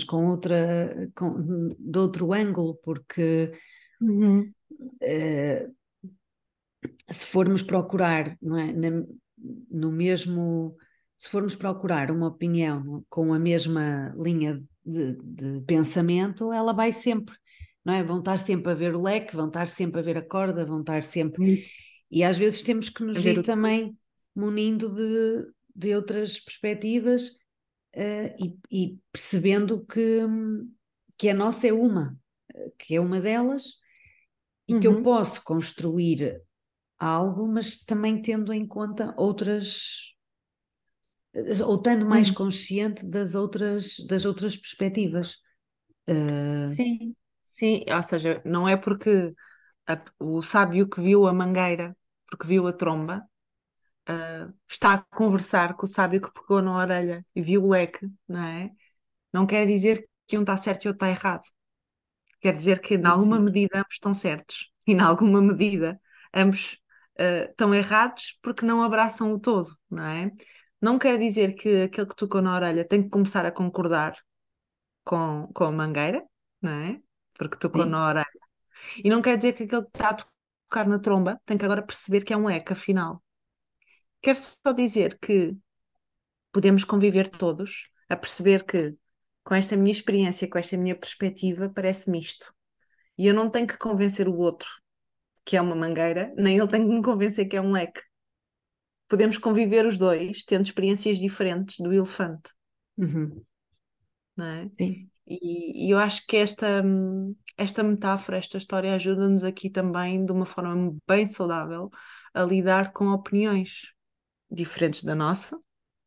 A: de outro ângulo, porque
B: Uhum.
A: eh, se formos procurar, não é, no mesmo, se formos procurar uma opinião com a mesma linha de pensamento, ela vai sempre, não é? Vão estar sempre a ver o leque, vão estar sempre a ver a corda, vão estar sempre.
B: Isso.
A: E às vezes temos que
B: A
A: nos
B: ver
A: ir
B: o todo.
A: também munindo de outras perspectivas, e percebendo que a nossa é uma, que é uma delas, e que eu
B: Uhum.
A: posso construir algo, mas também tendo em conta outras, ou estando mais
B: Uhum.
A: consciente das outras perspectivas. Eh,
B: Sim, sim, ou seja, não é porque o sábio que viu a mangueira, porque viu a tromba, está a conversar com o sábio que pegou na orelha e viu o leque, não é? Não quer dizer que um está certo e outro está errado. Quer dizer que, em alguma
A: sim,
B: medida, ambos estão certos e, em alguma medida, ambos estão errados porque não abraçam o todo, não é? Não quer dizer que aquele que tocou na orelha tem que começar a concordar com a mangueira, não é? Porque tocou
A: sim,
B: na orelha. E não quer dizer que aquele que está a tocar na tromba tem que agora perceber que é um leque, afinal. Quero só dizer que podemos conviver todos a perceber que, com esta minha experiência, com esta minha perspectiva, parece-me isto. E eu não tenho que convencer o outro que é uma mangueira, nem ele tem que me convencer que é um leque. Podemos conviver os dois, tendo experiências diferentes do elefante,
A: uhum,
B: não é?
A: sim,
B: E eu acho que esta metáfora, esta história ajuda-nos aqui também, de uma forma bem saudável, a lidar com opiniões diferentes da nossa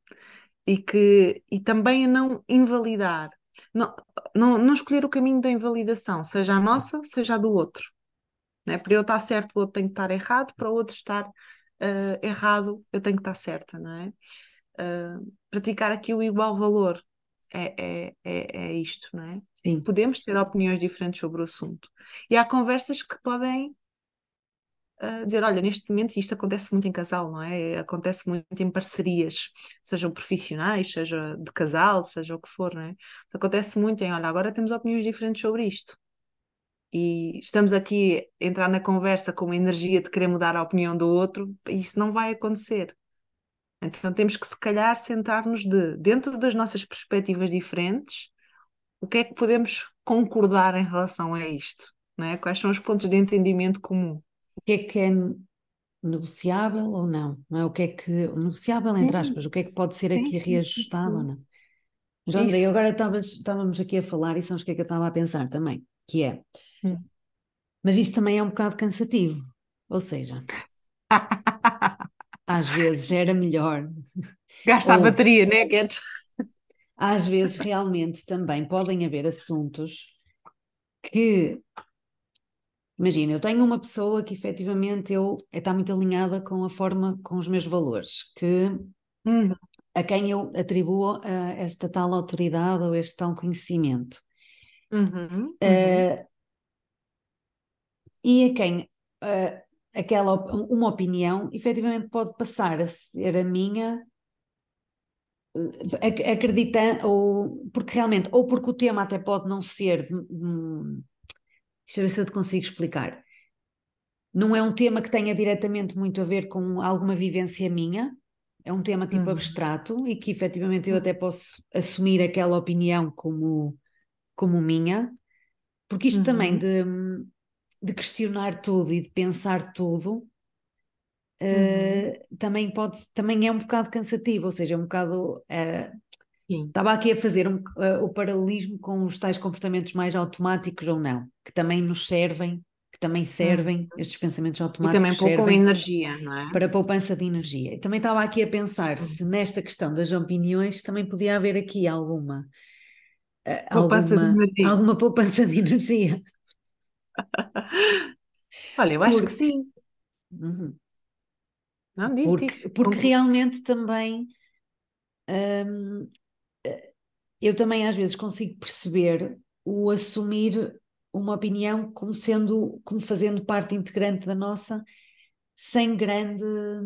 B: e também a não invalidar, não, não escolher o caminho da invalidação, seja a nossa, seja a do outro. Né? Para eu estar certo, o outro tem que estar errado, para o outro estar errado, eu tenho que estar certa, não é? Praticar aqui o igual valor é isto, não é?
A: sim.
B: Podemos ter opiniões diferentes sobre o assunto. E há conversas que podem dizer, olha, neste momento isto acontece muito em casal, não é? Acontece muito em parcerias, sejam profissionais, seja de casal, seja o que for, não é? Acontece muito em, olha, agora temos opiniões diferentes sobre isto. E estamos aqui a entrar na conversa com uma energia de querer mudar a opinião do outro, e isso não vai acontecer. Então temos que, se calhar, sentar-nos dentro das nossas perspectivas diferentes, o que é que podemos concordar em relação a isto, não é? Quais são os pontos de entendimento comum?
A: O que é negociável ou não? Não é? O que é que, negociável entre
B: Sim,
A: aspas, o que é que pode ser
B: sim,
A: aqui
B: sim, sim,
A: reajustado ou
B: sim.
A: não? Já Andrei,
B: Isso.
A: agora estávamos aqui a falar e sabes o que é que eu estava a pensar também, que é,
B: Hum.
A: mas isto também é um bocado cansativo, ou seja, às vezes era melhor,
B: Gasta a
A: ou
B: bateria, né, Cat?
A: às vezes realmente também podem haver assuntos que, imagina, eu tenho uma pessoa que efetivamente está muito alinhada com a forma, com os meus valores,
B: Uhum,
A: a quem eu atribuo esta tal autoridade ou este tal conhecimento.
B: uhum, uhum,
A: Eh, e a quem uma opinião efetivamente pode passar a ser a minha, acreditando, ou porque realmente, ou porque o tema até pode não ser, deixa eu ver se eu te consigo explicar. Não é um tema que tenha diretamente muito a ver com alguma vivência minha, é um tema tipo
B: uhum,
A: abstrato e que efetivamente eu
B: uhum,
A: até posso assumir aquela opinião como minha, porque isto também
B: uhum,
A: de questionar tudo e de pensar tudo,
B: uhum.
A: também é um bocado cansativo, ou seja, é um bocado.
B: Sim.
A: Estava aqui a fazer o paralelismo com os tais comportamentos mais automáticos ou não, que também nos servem, que também
B: Uhum.
A: servem, estes pensamentos
B: E também
A: automáticos
B: poupam
A: servem
B: energia, não é?
A: para a poupança de energia. E também estava aqui a pensar se
B: Uhum.
A: nesta questão das opiniões também podia haver aqui
B: Poupança de energia.
A: alguma poupança de energia.
B: Olha, eu acho que
A: Porque,
B: sim.
A: uhum,
B: Não, diz, diz.
A: Porque realmente também hum, eu também às vezes consigo perceber o assumir uma opinião como sendo, como fazendo parte integrante da nossa, sem grande,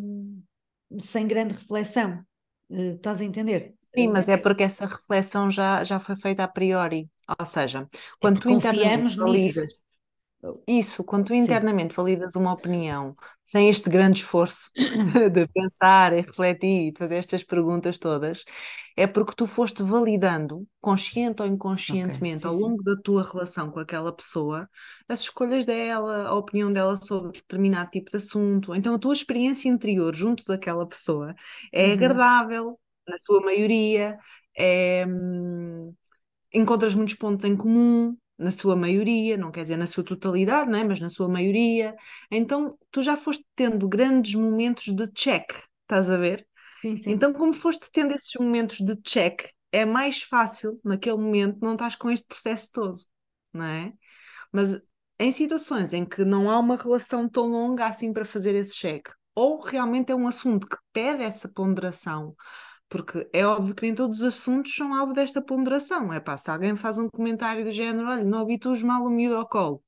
A: sem grande reflexão. Estás a entender?
B: Sim, mas é porque essa reflexão já foi feita a priori. Ou seja,
A: É
B: quando
A: porque
B: tu internamente
A: confiamos nisso.
B: validas isso, quando tu
A: Sim.
B: internamente validas uma opinião sem este grande esforço de pensar e refletir e de fazer estas perguntas todas, é porque tu foste validando, consciente ou
A: Ok,
B: inconscientemente,
A: sim,
B: ao
A: sim.
B: longo da tua relação com aquela pessoa, as escolhas dela, a opinião dela sobre determinado tipo de assunto. Então, a tua experiência interior junto daquela pessoa é
A: Uhum.
B: agradável, na sua maioria, é, encontras muitos pontos em comum, na sua maioria, não quer dizer na sua totalidade, né? Mas na sua maioria. Então, tu já foste tendo grandes momentos de check, estás a ver?
A: Sim, sim.
B: Então, como foste tendo esses momentos de check, é mais fácil, naquele momento, não estás com este processo todo, não é? Mas em situações em que não há uma relação tão longa assim para fazer esse check, ou realmente é um assunto que pede essa ponderação, porque é óbvio que nem todos os assuntos são alvo desta ponderação. É pá, se alguém faz um comentário do género, olha, não habitues mal o miúdo ao colo.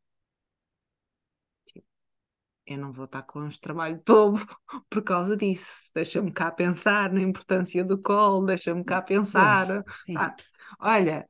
B: Tipo, eu não vou estar com este trabalho todo por causa disso. Deixa-me cá pensar na importância do colo, deixa-me cá
A: Pois,
B: pensar.
A: sim.
B: Pá, olha,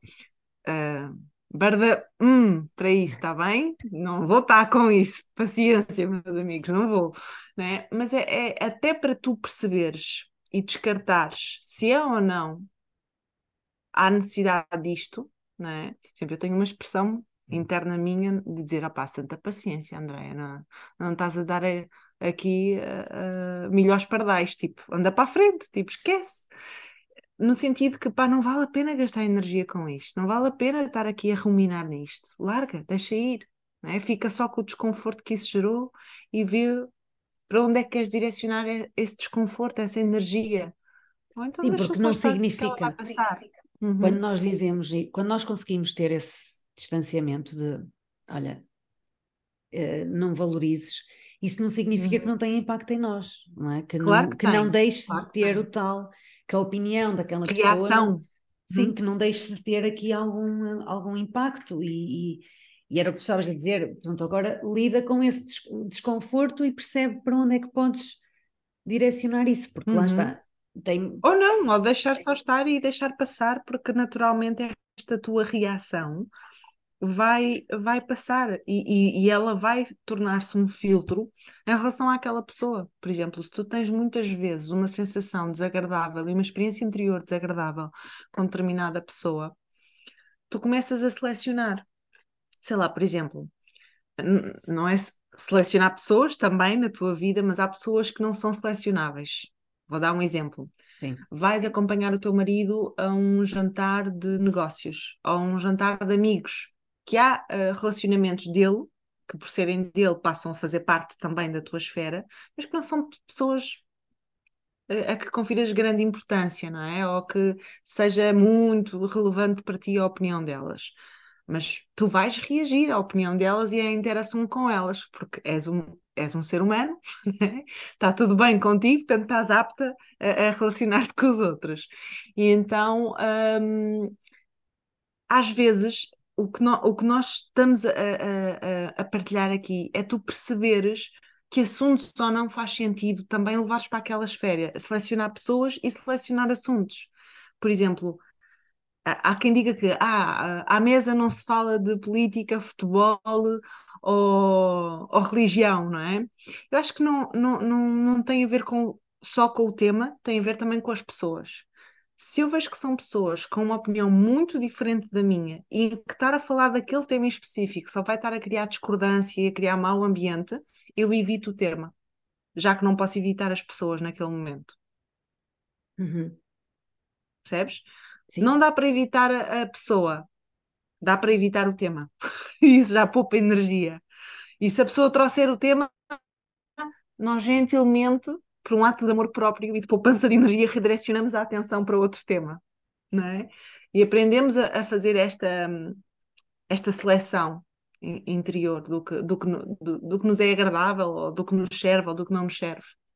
B: barda, para isso, está bem? Não vou estar com isso. Paciência, meus amigos, não vou. Né? Mas é até para tu perceberes e descartares se é ou não há necessidade disto, não é? Por exemplo, eu tenho uma expressão interna minha de dizer, opá, santa paciência, Andréia, não estás a dar aqui milhões pardais, tipo, anda para a frente, tipo, esquece. No sentido que, pá, não vale a pena gastar energia com isto, não vale a pena estar aqui a ruminar nisto. Larga, deixa ir, não é? Fica só com o desconforto que isso gerou e vê para onde é que queres direcionar esse desconforto, essa energia. Ou então
A: Sim,
B: deixa
A: porque
B: só
A: não
B: estar que ela vai
A: significa,
B: passar.
A: quando
B: Uhum,
A: nós
B: sim.
A: dizemos, quando nós conseguimos ter esse distanciamento de, olha, não valorizes, isso não significa que
B: Uhum.
A: não tenha impacto em nós, não é?
B: Claro que
A: Que não
B: tem,
A: deixe de
B: claro que
A: ter o
B: tem.
A: tal, que a opinião daquela pessoa,
B: Reação.
A: sim,
B: Uhum.
A: que não deixe de ter aqui algum impacto e era o que tu estavas a dizer, portanto agora lida com esse desconforto e percebe para onde é que podes direcionar isso, porque lá
B: Uhum.
A: está, tem,
B: Ou não, ou deixar só estar e deixar passar, porque naturalmente esta tua reação vai passar e ela vai tornar-se um filtro em relação àquela pessoa. Por exemplo, se tu tens muitas vezes uma sensação desagradável e uma experiência interior desagradável com determinada pessoa, tu começas a selecionar. Sei lá, por exemplo, não é selecionar pessoas também na tua vida, mas há pessoas que não são selecionáveis. Vou dar um exemplo.
A: sim.
B: Vais acompanhar o teu marido a um jantar de negócios, ou a um jantar de amigos, que há relacionamentos dele, que por serem dele passam a fazer parte também da tua esfera, mas que não são pessoas a que confiras grande importância, não é? Ou que seja muito relevante para ti a opinião delas. Mas tu vais reagir à opinião delas e à interação com elas, porque és um ser humano, né? Está tudo bem contigo, portanto estás apta a relacionar-te com os outros. E então, às vezes, o que nós estamos a partilhar aqui é tu perceberes que assuntos só não faz sentido também levares para aquela esfera, selecionar pessoas e selecionar assuntos. Por exemplo, há quem diga que à mesa não se fala de política, futebol ou religião, não é? Eu acho que não tem a ver só com o tema, tem a ver também com as pessoas. Se eu vejo que são pessoas com uma opinião muito diferente da minha e que estar a falar daquele tema em específico só vai estar a criar discordância e a criar mau ambiente, eu evito o tema, já que não posso evitar as pessoas naquele momento.
A: Uhum.
B: Percebes? Não
A: Sim,
B: dá para evitar a pessoa, dá para evitar o tema. Isso já poupa energia. E se a pessoa trouxer o tema, nós gentilmente, por um ato de amor próprio e de poupança de energia, redirecionamos a atenção para outro tema, não é? E aprendemos a fazer esta seleção interior do que nos é agradável, ou do que nos serve, ou do que não nos serve.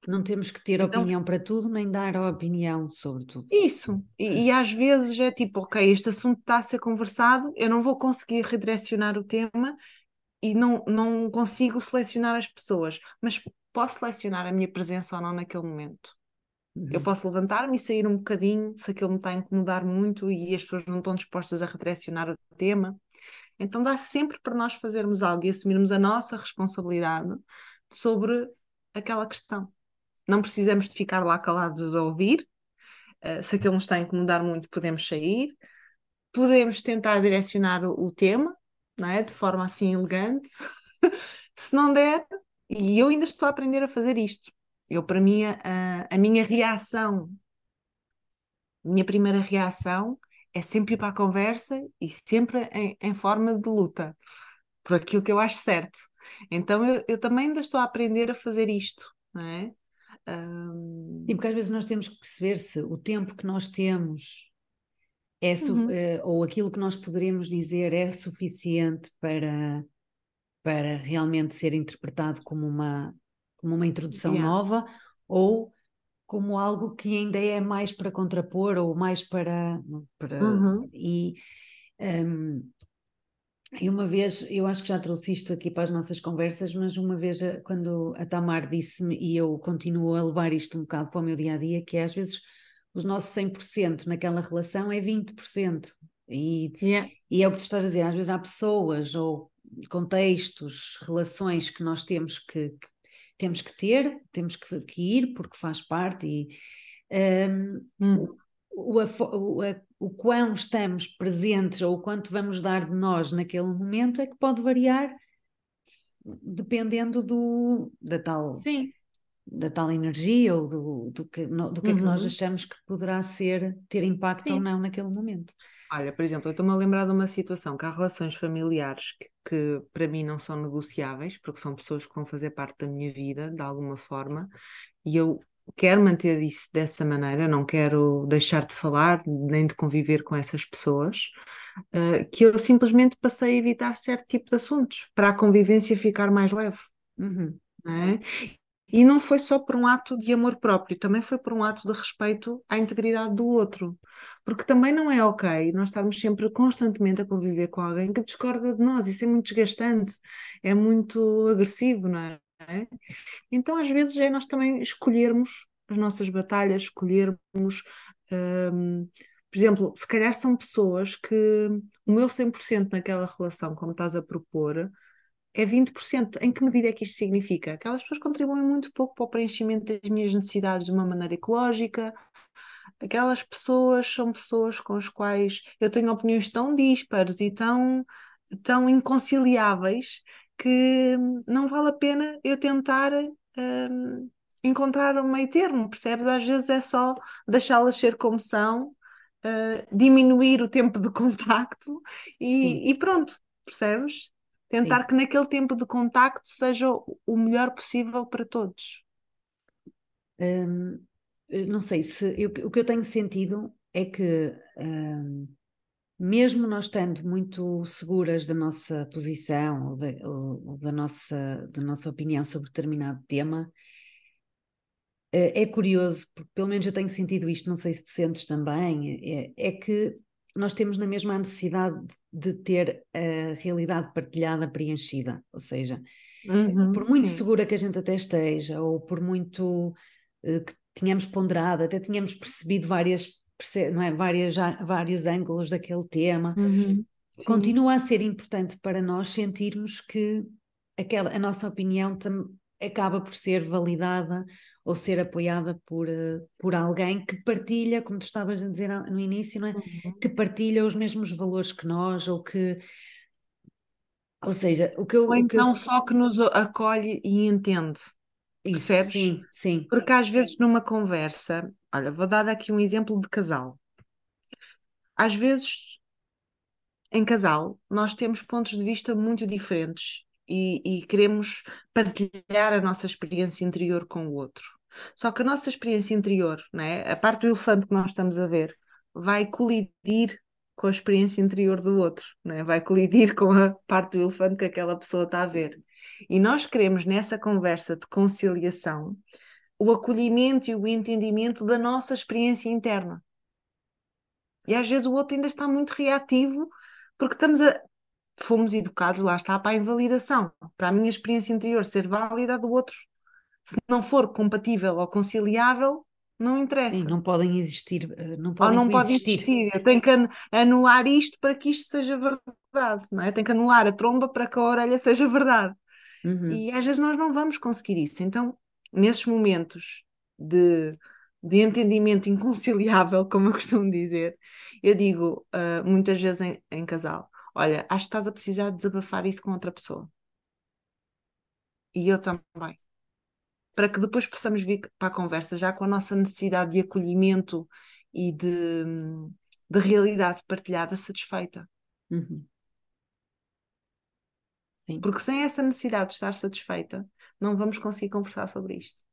A: Não temos que ter
B: Então,
A: opinião para tudo, nem dar a opinião sobre tudo.
B: isso. E às vezes é tipo, ok, este assunto está a ser conversado, eu não vou conseguir redirecionar o tema e não consigo selecionar as pessoas, mas posso selecionar a minha presença ou não naquele momento. Eu
A: Uhum.
B: posso levantar-me e sair um bocadinho se aquilo me está a incomodar muito e as pessoas não estão dispostas a redirecionar o tema. Então dá sempre para nós fazermos algo e assumirmos a nossa responsabilidade sobre aquela questão. Não precisamos de ficar lá calados a ouvir. Se aquilo nos está a incomodar muito, podemos sair. Podemos tentar direcionar o tema, não é? De forma assim elegante. Se não der, e eu ainda estou a aprender a fazer isto. Eu, para mim, a minha reação, minha primeira reação é sempre ir para a conversa e sempre em forma de luta, por aquilo que eu acho certo. Então eu também ainda estou a aprender a fazer isto, não é?
A: Sim, porque às vezes nós temos que perceber se o tempo que nós temos
B: Uhum.
A: ou aquilo que nós poderemos dizer é suficiente para realmente ser interpretado como uma introdução
B: Yeah.
A: nova, ou como algo que ainda é mais para contrapor ou mais para
B: Uhum.
A: um, e uma vez, eu acho que já trouxe isto aqui para as nossas conversas, mas uma vez quando a Tamar disse-me, e eu continuo a levar isto um bocado para o meu dia a dia, que é às vezes os nossos 100% naquela relação é 20%. E,
B: Yeah.
A: e é o que tu estás a dizer, às vezes há pessoas ou contextos, relações que nós temos que ter, que ir porque faz parte
B: Uhum.
A: o quão estamos presentes ou o quanto vamos dar de nós naquele momento é que pode variar dependendo
B: Sim.
A: da tal energia ou do que é que nós
B: Uhum.
A: achamos que poderá ter impacto ou
B: Sim.
A: não naquele momento.
B: Olha, por exemplo, eu estou-me a lembrar de uma situação que há relações familiares que para mim não são negociáveis, porque são pessoas que vão fazer parte da minha vida de alguma forma, e eu quero manter isso dessa maneira, não quero deixar de falar nem de conviver com essas pessoas, que eu simplesmente passei a evitar certo tipo de assuntos para a convivência ficar mais leve.
A: Uhum.
B: Não é? E não foi só por um ato de amor próprio, também foi por um ato de respeito à integridade do outro. Porque também não é ok nós estarmos sempre constantemente a conviver com alguém que discorda de nós. Isso é muito desgastante, é muito agressivo, não é? Então, às vezes, é nós também escolhermos as nossas batalhas, escolhermos. hum, por exemplo, se calhar são pessoas que o meu 100% naquela relação, como estás a propor, é 20%. Em que medida é que isto significa? Aquelas pessoas contribuem muito pouco para o preenchimento das minhas necessidades de uma maneira ecológica. Aquelas pessoas são pessoas com as quais eu tenho opiniões tão dispares e tão inconciliáveis que não vale a pena eu tentar encontrar um meio termo, percebes? Às vezes é só deixá-las ser como são, diminuir o tempo de contacto
A: Sim,
B: e pronto, percebes? Tentar
A: sim.
B: que naquele tempo de contacto seja o melhor possível para todos.
A: Hum, não sei se o que eu tenho sentido é que mesmo nós estando muito seguras da nossa posição ou da nossa opinião sobre determinado tema, é curioso, porque pelo menos eu tenho sentido isto, não sei se tu sentes também, é que nós temos na mesma a necessidade de ter a realidade partilhada preenchida, ou seja,
B: Uhum,
A: por muito
B: sim.
A: segura que a gente até esteja, ou por muito que tínhamos ponderado, até tínhamos percebido não é, vários ângulos daquele tema,
B: Uhum, sim.
A: continua a ser importante para nós sentirmos que a nossa opinião acaba por ser validada ou ser apoiada por alguém que partilha, como tu estavas a dizer no início, não é?
B: Uhum.
A: Que partilha os mesmos valores que nós, ou seja,
B: Ou então só que nos acolhe e entende,
A: isso,
B: percebes?
A: sim, sim.
B: Porque às vezes numa conversa, olha, vou dar aqui um exemplo de casal. Às vezes em casal, nós temos pontos de vista muito diferentes e queremos partilhar a nossa experiência interior com o outro. Só que a nossa experiência interior, né, a parte do elefante que nós estamos a ver, vai colidir com a experiência interior do outro, né? Vai colidir com a parte do elefante que aquela pessoa está a ver. E nós queremos, nessa conversa de conciliação, o acolhimento e o entendimento da nossa experiência interna. E às vezes o outro ainda está muito reativo, porque fomos educados, lá está, para a invalidação, para a minha experiência interior ser válida, a do outro, se não for compatível ou conciliável, não
A: Sim,
B: interessa.
A: não podem existir, não
B: Ou
A: podem
B: não pode
A: coexistir.
B: existir. Eu tenho que anular isto para que isto seja verdade, não é? Eu tenho que anular a tromba para que a orelha seja verdade.
A: Uhum.
B: E às vezes nós não vamos conseguir isso. Então, nesses momentos de, de entendimento inconciliável, como eu costumo dizer, eu digo muitas vezes em casal: olha, acho que estás a precisar de desabafar isso com outra pessoa. E eu também. Para que depois possamos vir para a conversa já com a nossa necessidade de acolhimento e de realidade partilhada satisfeita.
A: Uhum. Sim.
B: Porque sem essa necessidade de estar satisfeita, não vamos conseguir conversar sobre isto.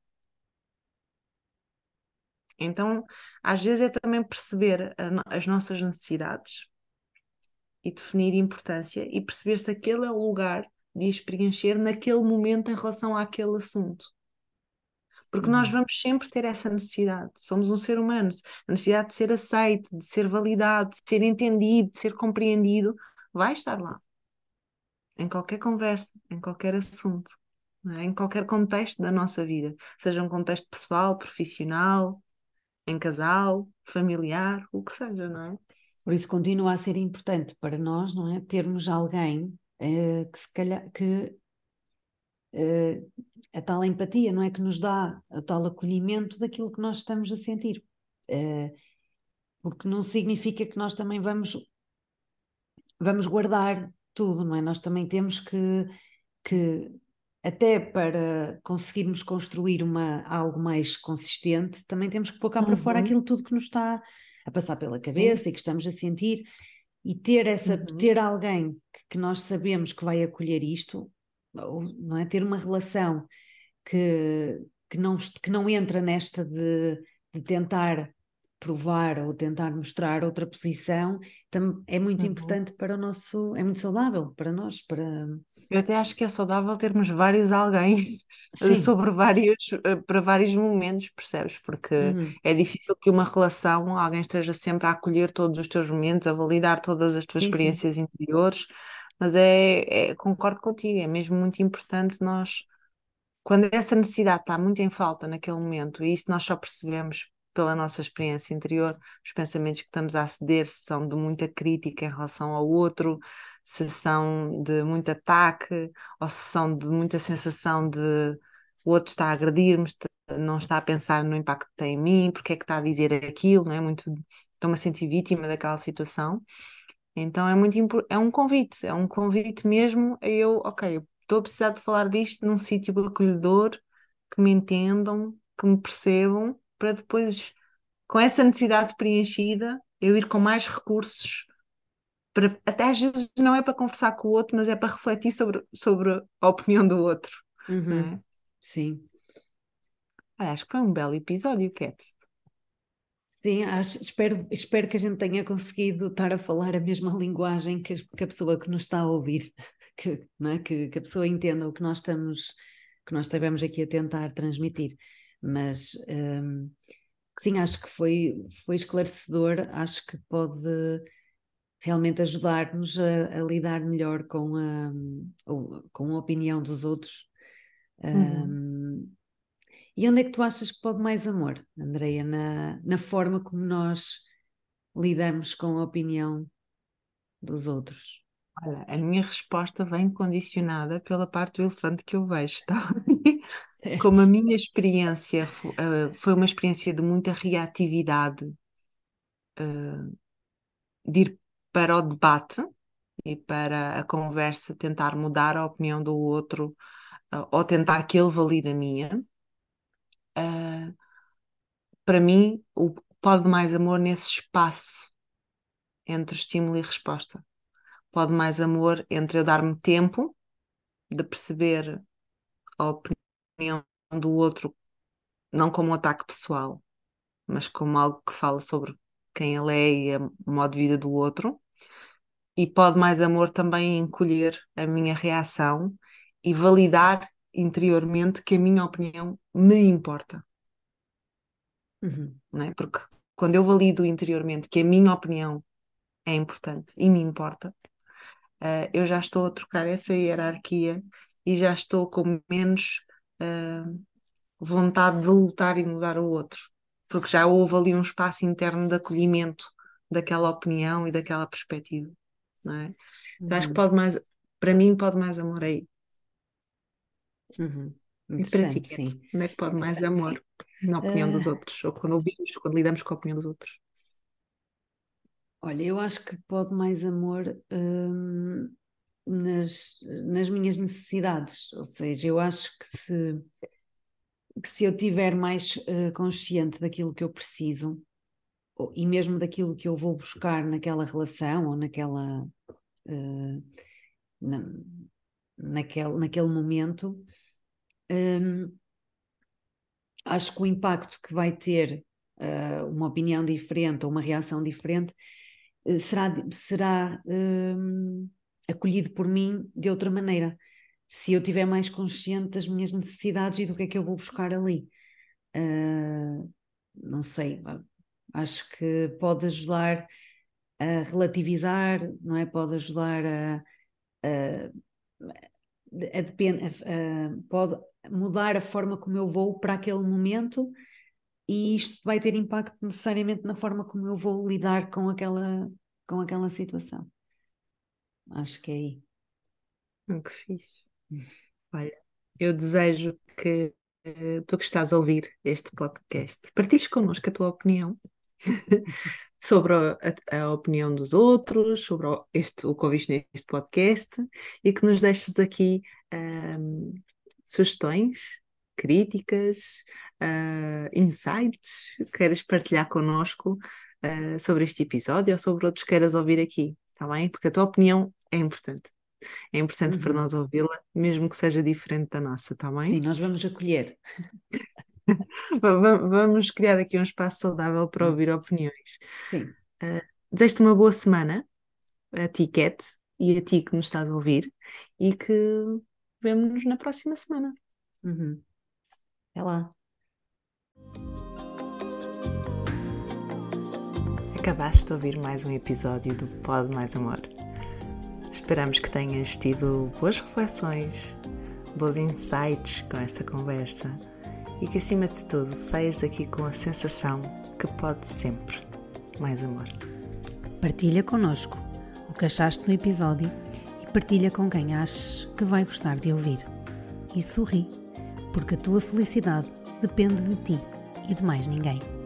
B: Então, às vezes é também perceber as nossas necessidades e definir importância e perceber se aquele é o lugar de as preencher naquele momento em relação àquele assunto. Porque nós
A: Uhum.
B: vamos sempre ter essa necessidade. Somos um ser humano. A necessidade de ser aceito, de ser validado, de ser entendido, de ser compreendido, vai estar lá. Em qualquer conversa, em qualquer assunto, não é? Em qualquer contexto da nossa vida. Seja um contexto pessoal, profissional, em casal, familiar, o que seja, não é?
A: Por isso continua a ser importante para nós, não é? Termos alguém que se calhar que eh, a tal empatia, não é? Que nos dá o tal acolhimento daquilo que nós estamos a sentir. Eh, Porque não significa que nós também vamos guardar tudo, não é? Nós também temos que até para conseguirmos construir algo mais consistente, também temos que pôr cá para fora
B: Uhum,
A: aquilo tudo que nos está a passar pela
B: sim.
A: cabeça e que estamos a sentir, e
B: Uhum,
A: ter alguém que nós sabemos que vai acolher isto, ou, não é? Ter uma relação que não entra nesta de tentar provar ou tentar mostrar outra posição, é muito
B: uhum.
A: importante para o nosso, é muito saudável para nós, para...
B: Eu até acho que é saudável termos vários alguém
A: Sim.
B: sobre para vários momentos, percebes? Porque
A: Uhum.
B: é difícil que uma relação, alguém esteja sempre a acolher todos os teus momentos, a validar todas as tuas
A: Sim, sim.
B: experiências interiores, mas concordo contigo, é mesmo muito importante nós, quando essa necessidade está muito em falta naquele momento, e isso nós só percebemos pela nossa experiência interior, os pensamentos que estamos a aceder, se são de muita crítica em relação ao outro, se são de muito ataque, ou se são de muita sensação de o outro está a agredir-me, não está a pensar no impacto que tem em mim, porque é que está a dizer aquilo, não é? Muito, estou-me a sentir vítima daquela situação. Então é um convite mesmo a eu, ok, estou a precisar de falar disto num sítio acolhedor, que me entendam, que me percebam, para depois, com essa necessidade preenchida, eu ir com mais recursos, até às vezes não é para conversar com o outro, mas é para refletir sobre a opinião do outro, não
A: Uhum.
B: é?
A: Sim.
B: Olha, acho que foi um belo episódio, Cat.
A: Sim, espero que a gente tenha conseguido estar a falar a mesma linguagem que a pessoa que nos está a ouvir, não é? Que a pessoa entenda o que nós estivemos aqui a tentar transmitir. Mas sim, acho que foi esclarecedor, acho que pode realmente ajudar-nos a lidar melhor com a opinião dos outros.
B: Uhum.
A: Hum, e onde é que tu achas que pode mais amor, Andreia, na forma como nós lidamos com a opinião dos outros?
B: Olha, a minha resposta vem condicionada pela parte do elefante que eu vejo, tá? Como
A: Certo.
B: a minha experiência foi uma experiência de muita reatividade, de ir para o debate e para a conversa, tentar mudar a opinião do outro, ou tentar que ele valide a minha, eh, para mim, pode mais amor nesse espaço entre estímulo e resposta. Pode mais amor entre eu dar-me tempo de perceber a opinião do outro, não como um ataque pessoal, mas como algo que fala sobre quem ele é e o modo de vida do outro. E pode mais amor também encolher a minha reação e validar interiormente que a minha opinião me importa. não é? Porque quando eu valido interiormente que a minha opinião é importante e me importa, eu já estou a trocar essa hierarquia e já estou com menos vontade de lutar e mudar o outro, porque já houve ali um espaço interno de acolhimento daquela opinião e daquela perspectiva, não é? Então acho que
A: Uhum.
B: pode mais, para mim, pode mais amor aí.
A: Uhum.
B: E para ti,
A: Interessante,
B: Kate,
A: sim.
B: onde é que pode mais amor na opinião dos
A: Ah,
B: outros? Ou quando ouvimos, quando lidamos com a opinião dos outros?
A: olha, eu acho que pode mais amor, nas minhas necessidades, ou seja, eu acho que se eu tiver mais consciente daquilo que eu preciso, e mesmo daquilo que eu vou buscar naquela relação ou eh, na- naquele momento, hum, acho que o impacto que vai ter uma opinião diferente ou uma reação diferente será acolhido por mim de outra maneira, se eu tiver mais consciente das minhas necessidades e do que é que eu vou buscar ali. Não sei, acho que pode ajudar a relativizar, não é? Pode ajudar pode mudar a forma como eu vou para aquele momento, e isto vai ter impacto necessariamente na forma como eu vou lidar com aquela situação. Acho que é aí.
B: Que fixe. Olha, eu desejo que tu que estás a ouvir este podcast partilhes connosco a tua opinião sobre a opinião dos outros, sobre o que ouviste neste podcast e que nos deixes aqui ahm, sugestões, críticas, insights que queiras partilhar connosco sobre este episódio ou sobre outros que queiras ouvir aqui, está bem? Porque a tua opinião é importante. É importante para
A: Uhum.
B: nós ouvi-la, mesmo que seja diferente da nossa, está
A: Sim,
B: bem?
A: nós vamos acolher.
B: Vamos criar aqui um espaço saudável para ouvir opiniões.
A: Sim.
B: Desejo-te uma boa semana, a ti, Cat, e a ti que nos estás a ouvir, e que vemo-nos na próxima semana.
A: Uhum. Até lá.
B: Acabaste de ouvir mais um episódio do Pod Mais Amor. Esperamos que tenhas tido boas reflexões, bons insights com esta conversa e que, acima de tudo, saias daqui com a sensação que pode sempre mais amor.
C: Partilha connosco o que achaste do episódio e partilha com quem achas que vai gostar de ouvir. E sorri, porque a tua felicidade depende de ti e de mais ninguém.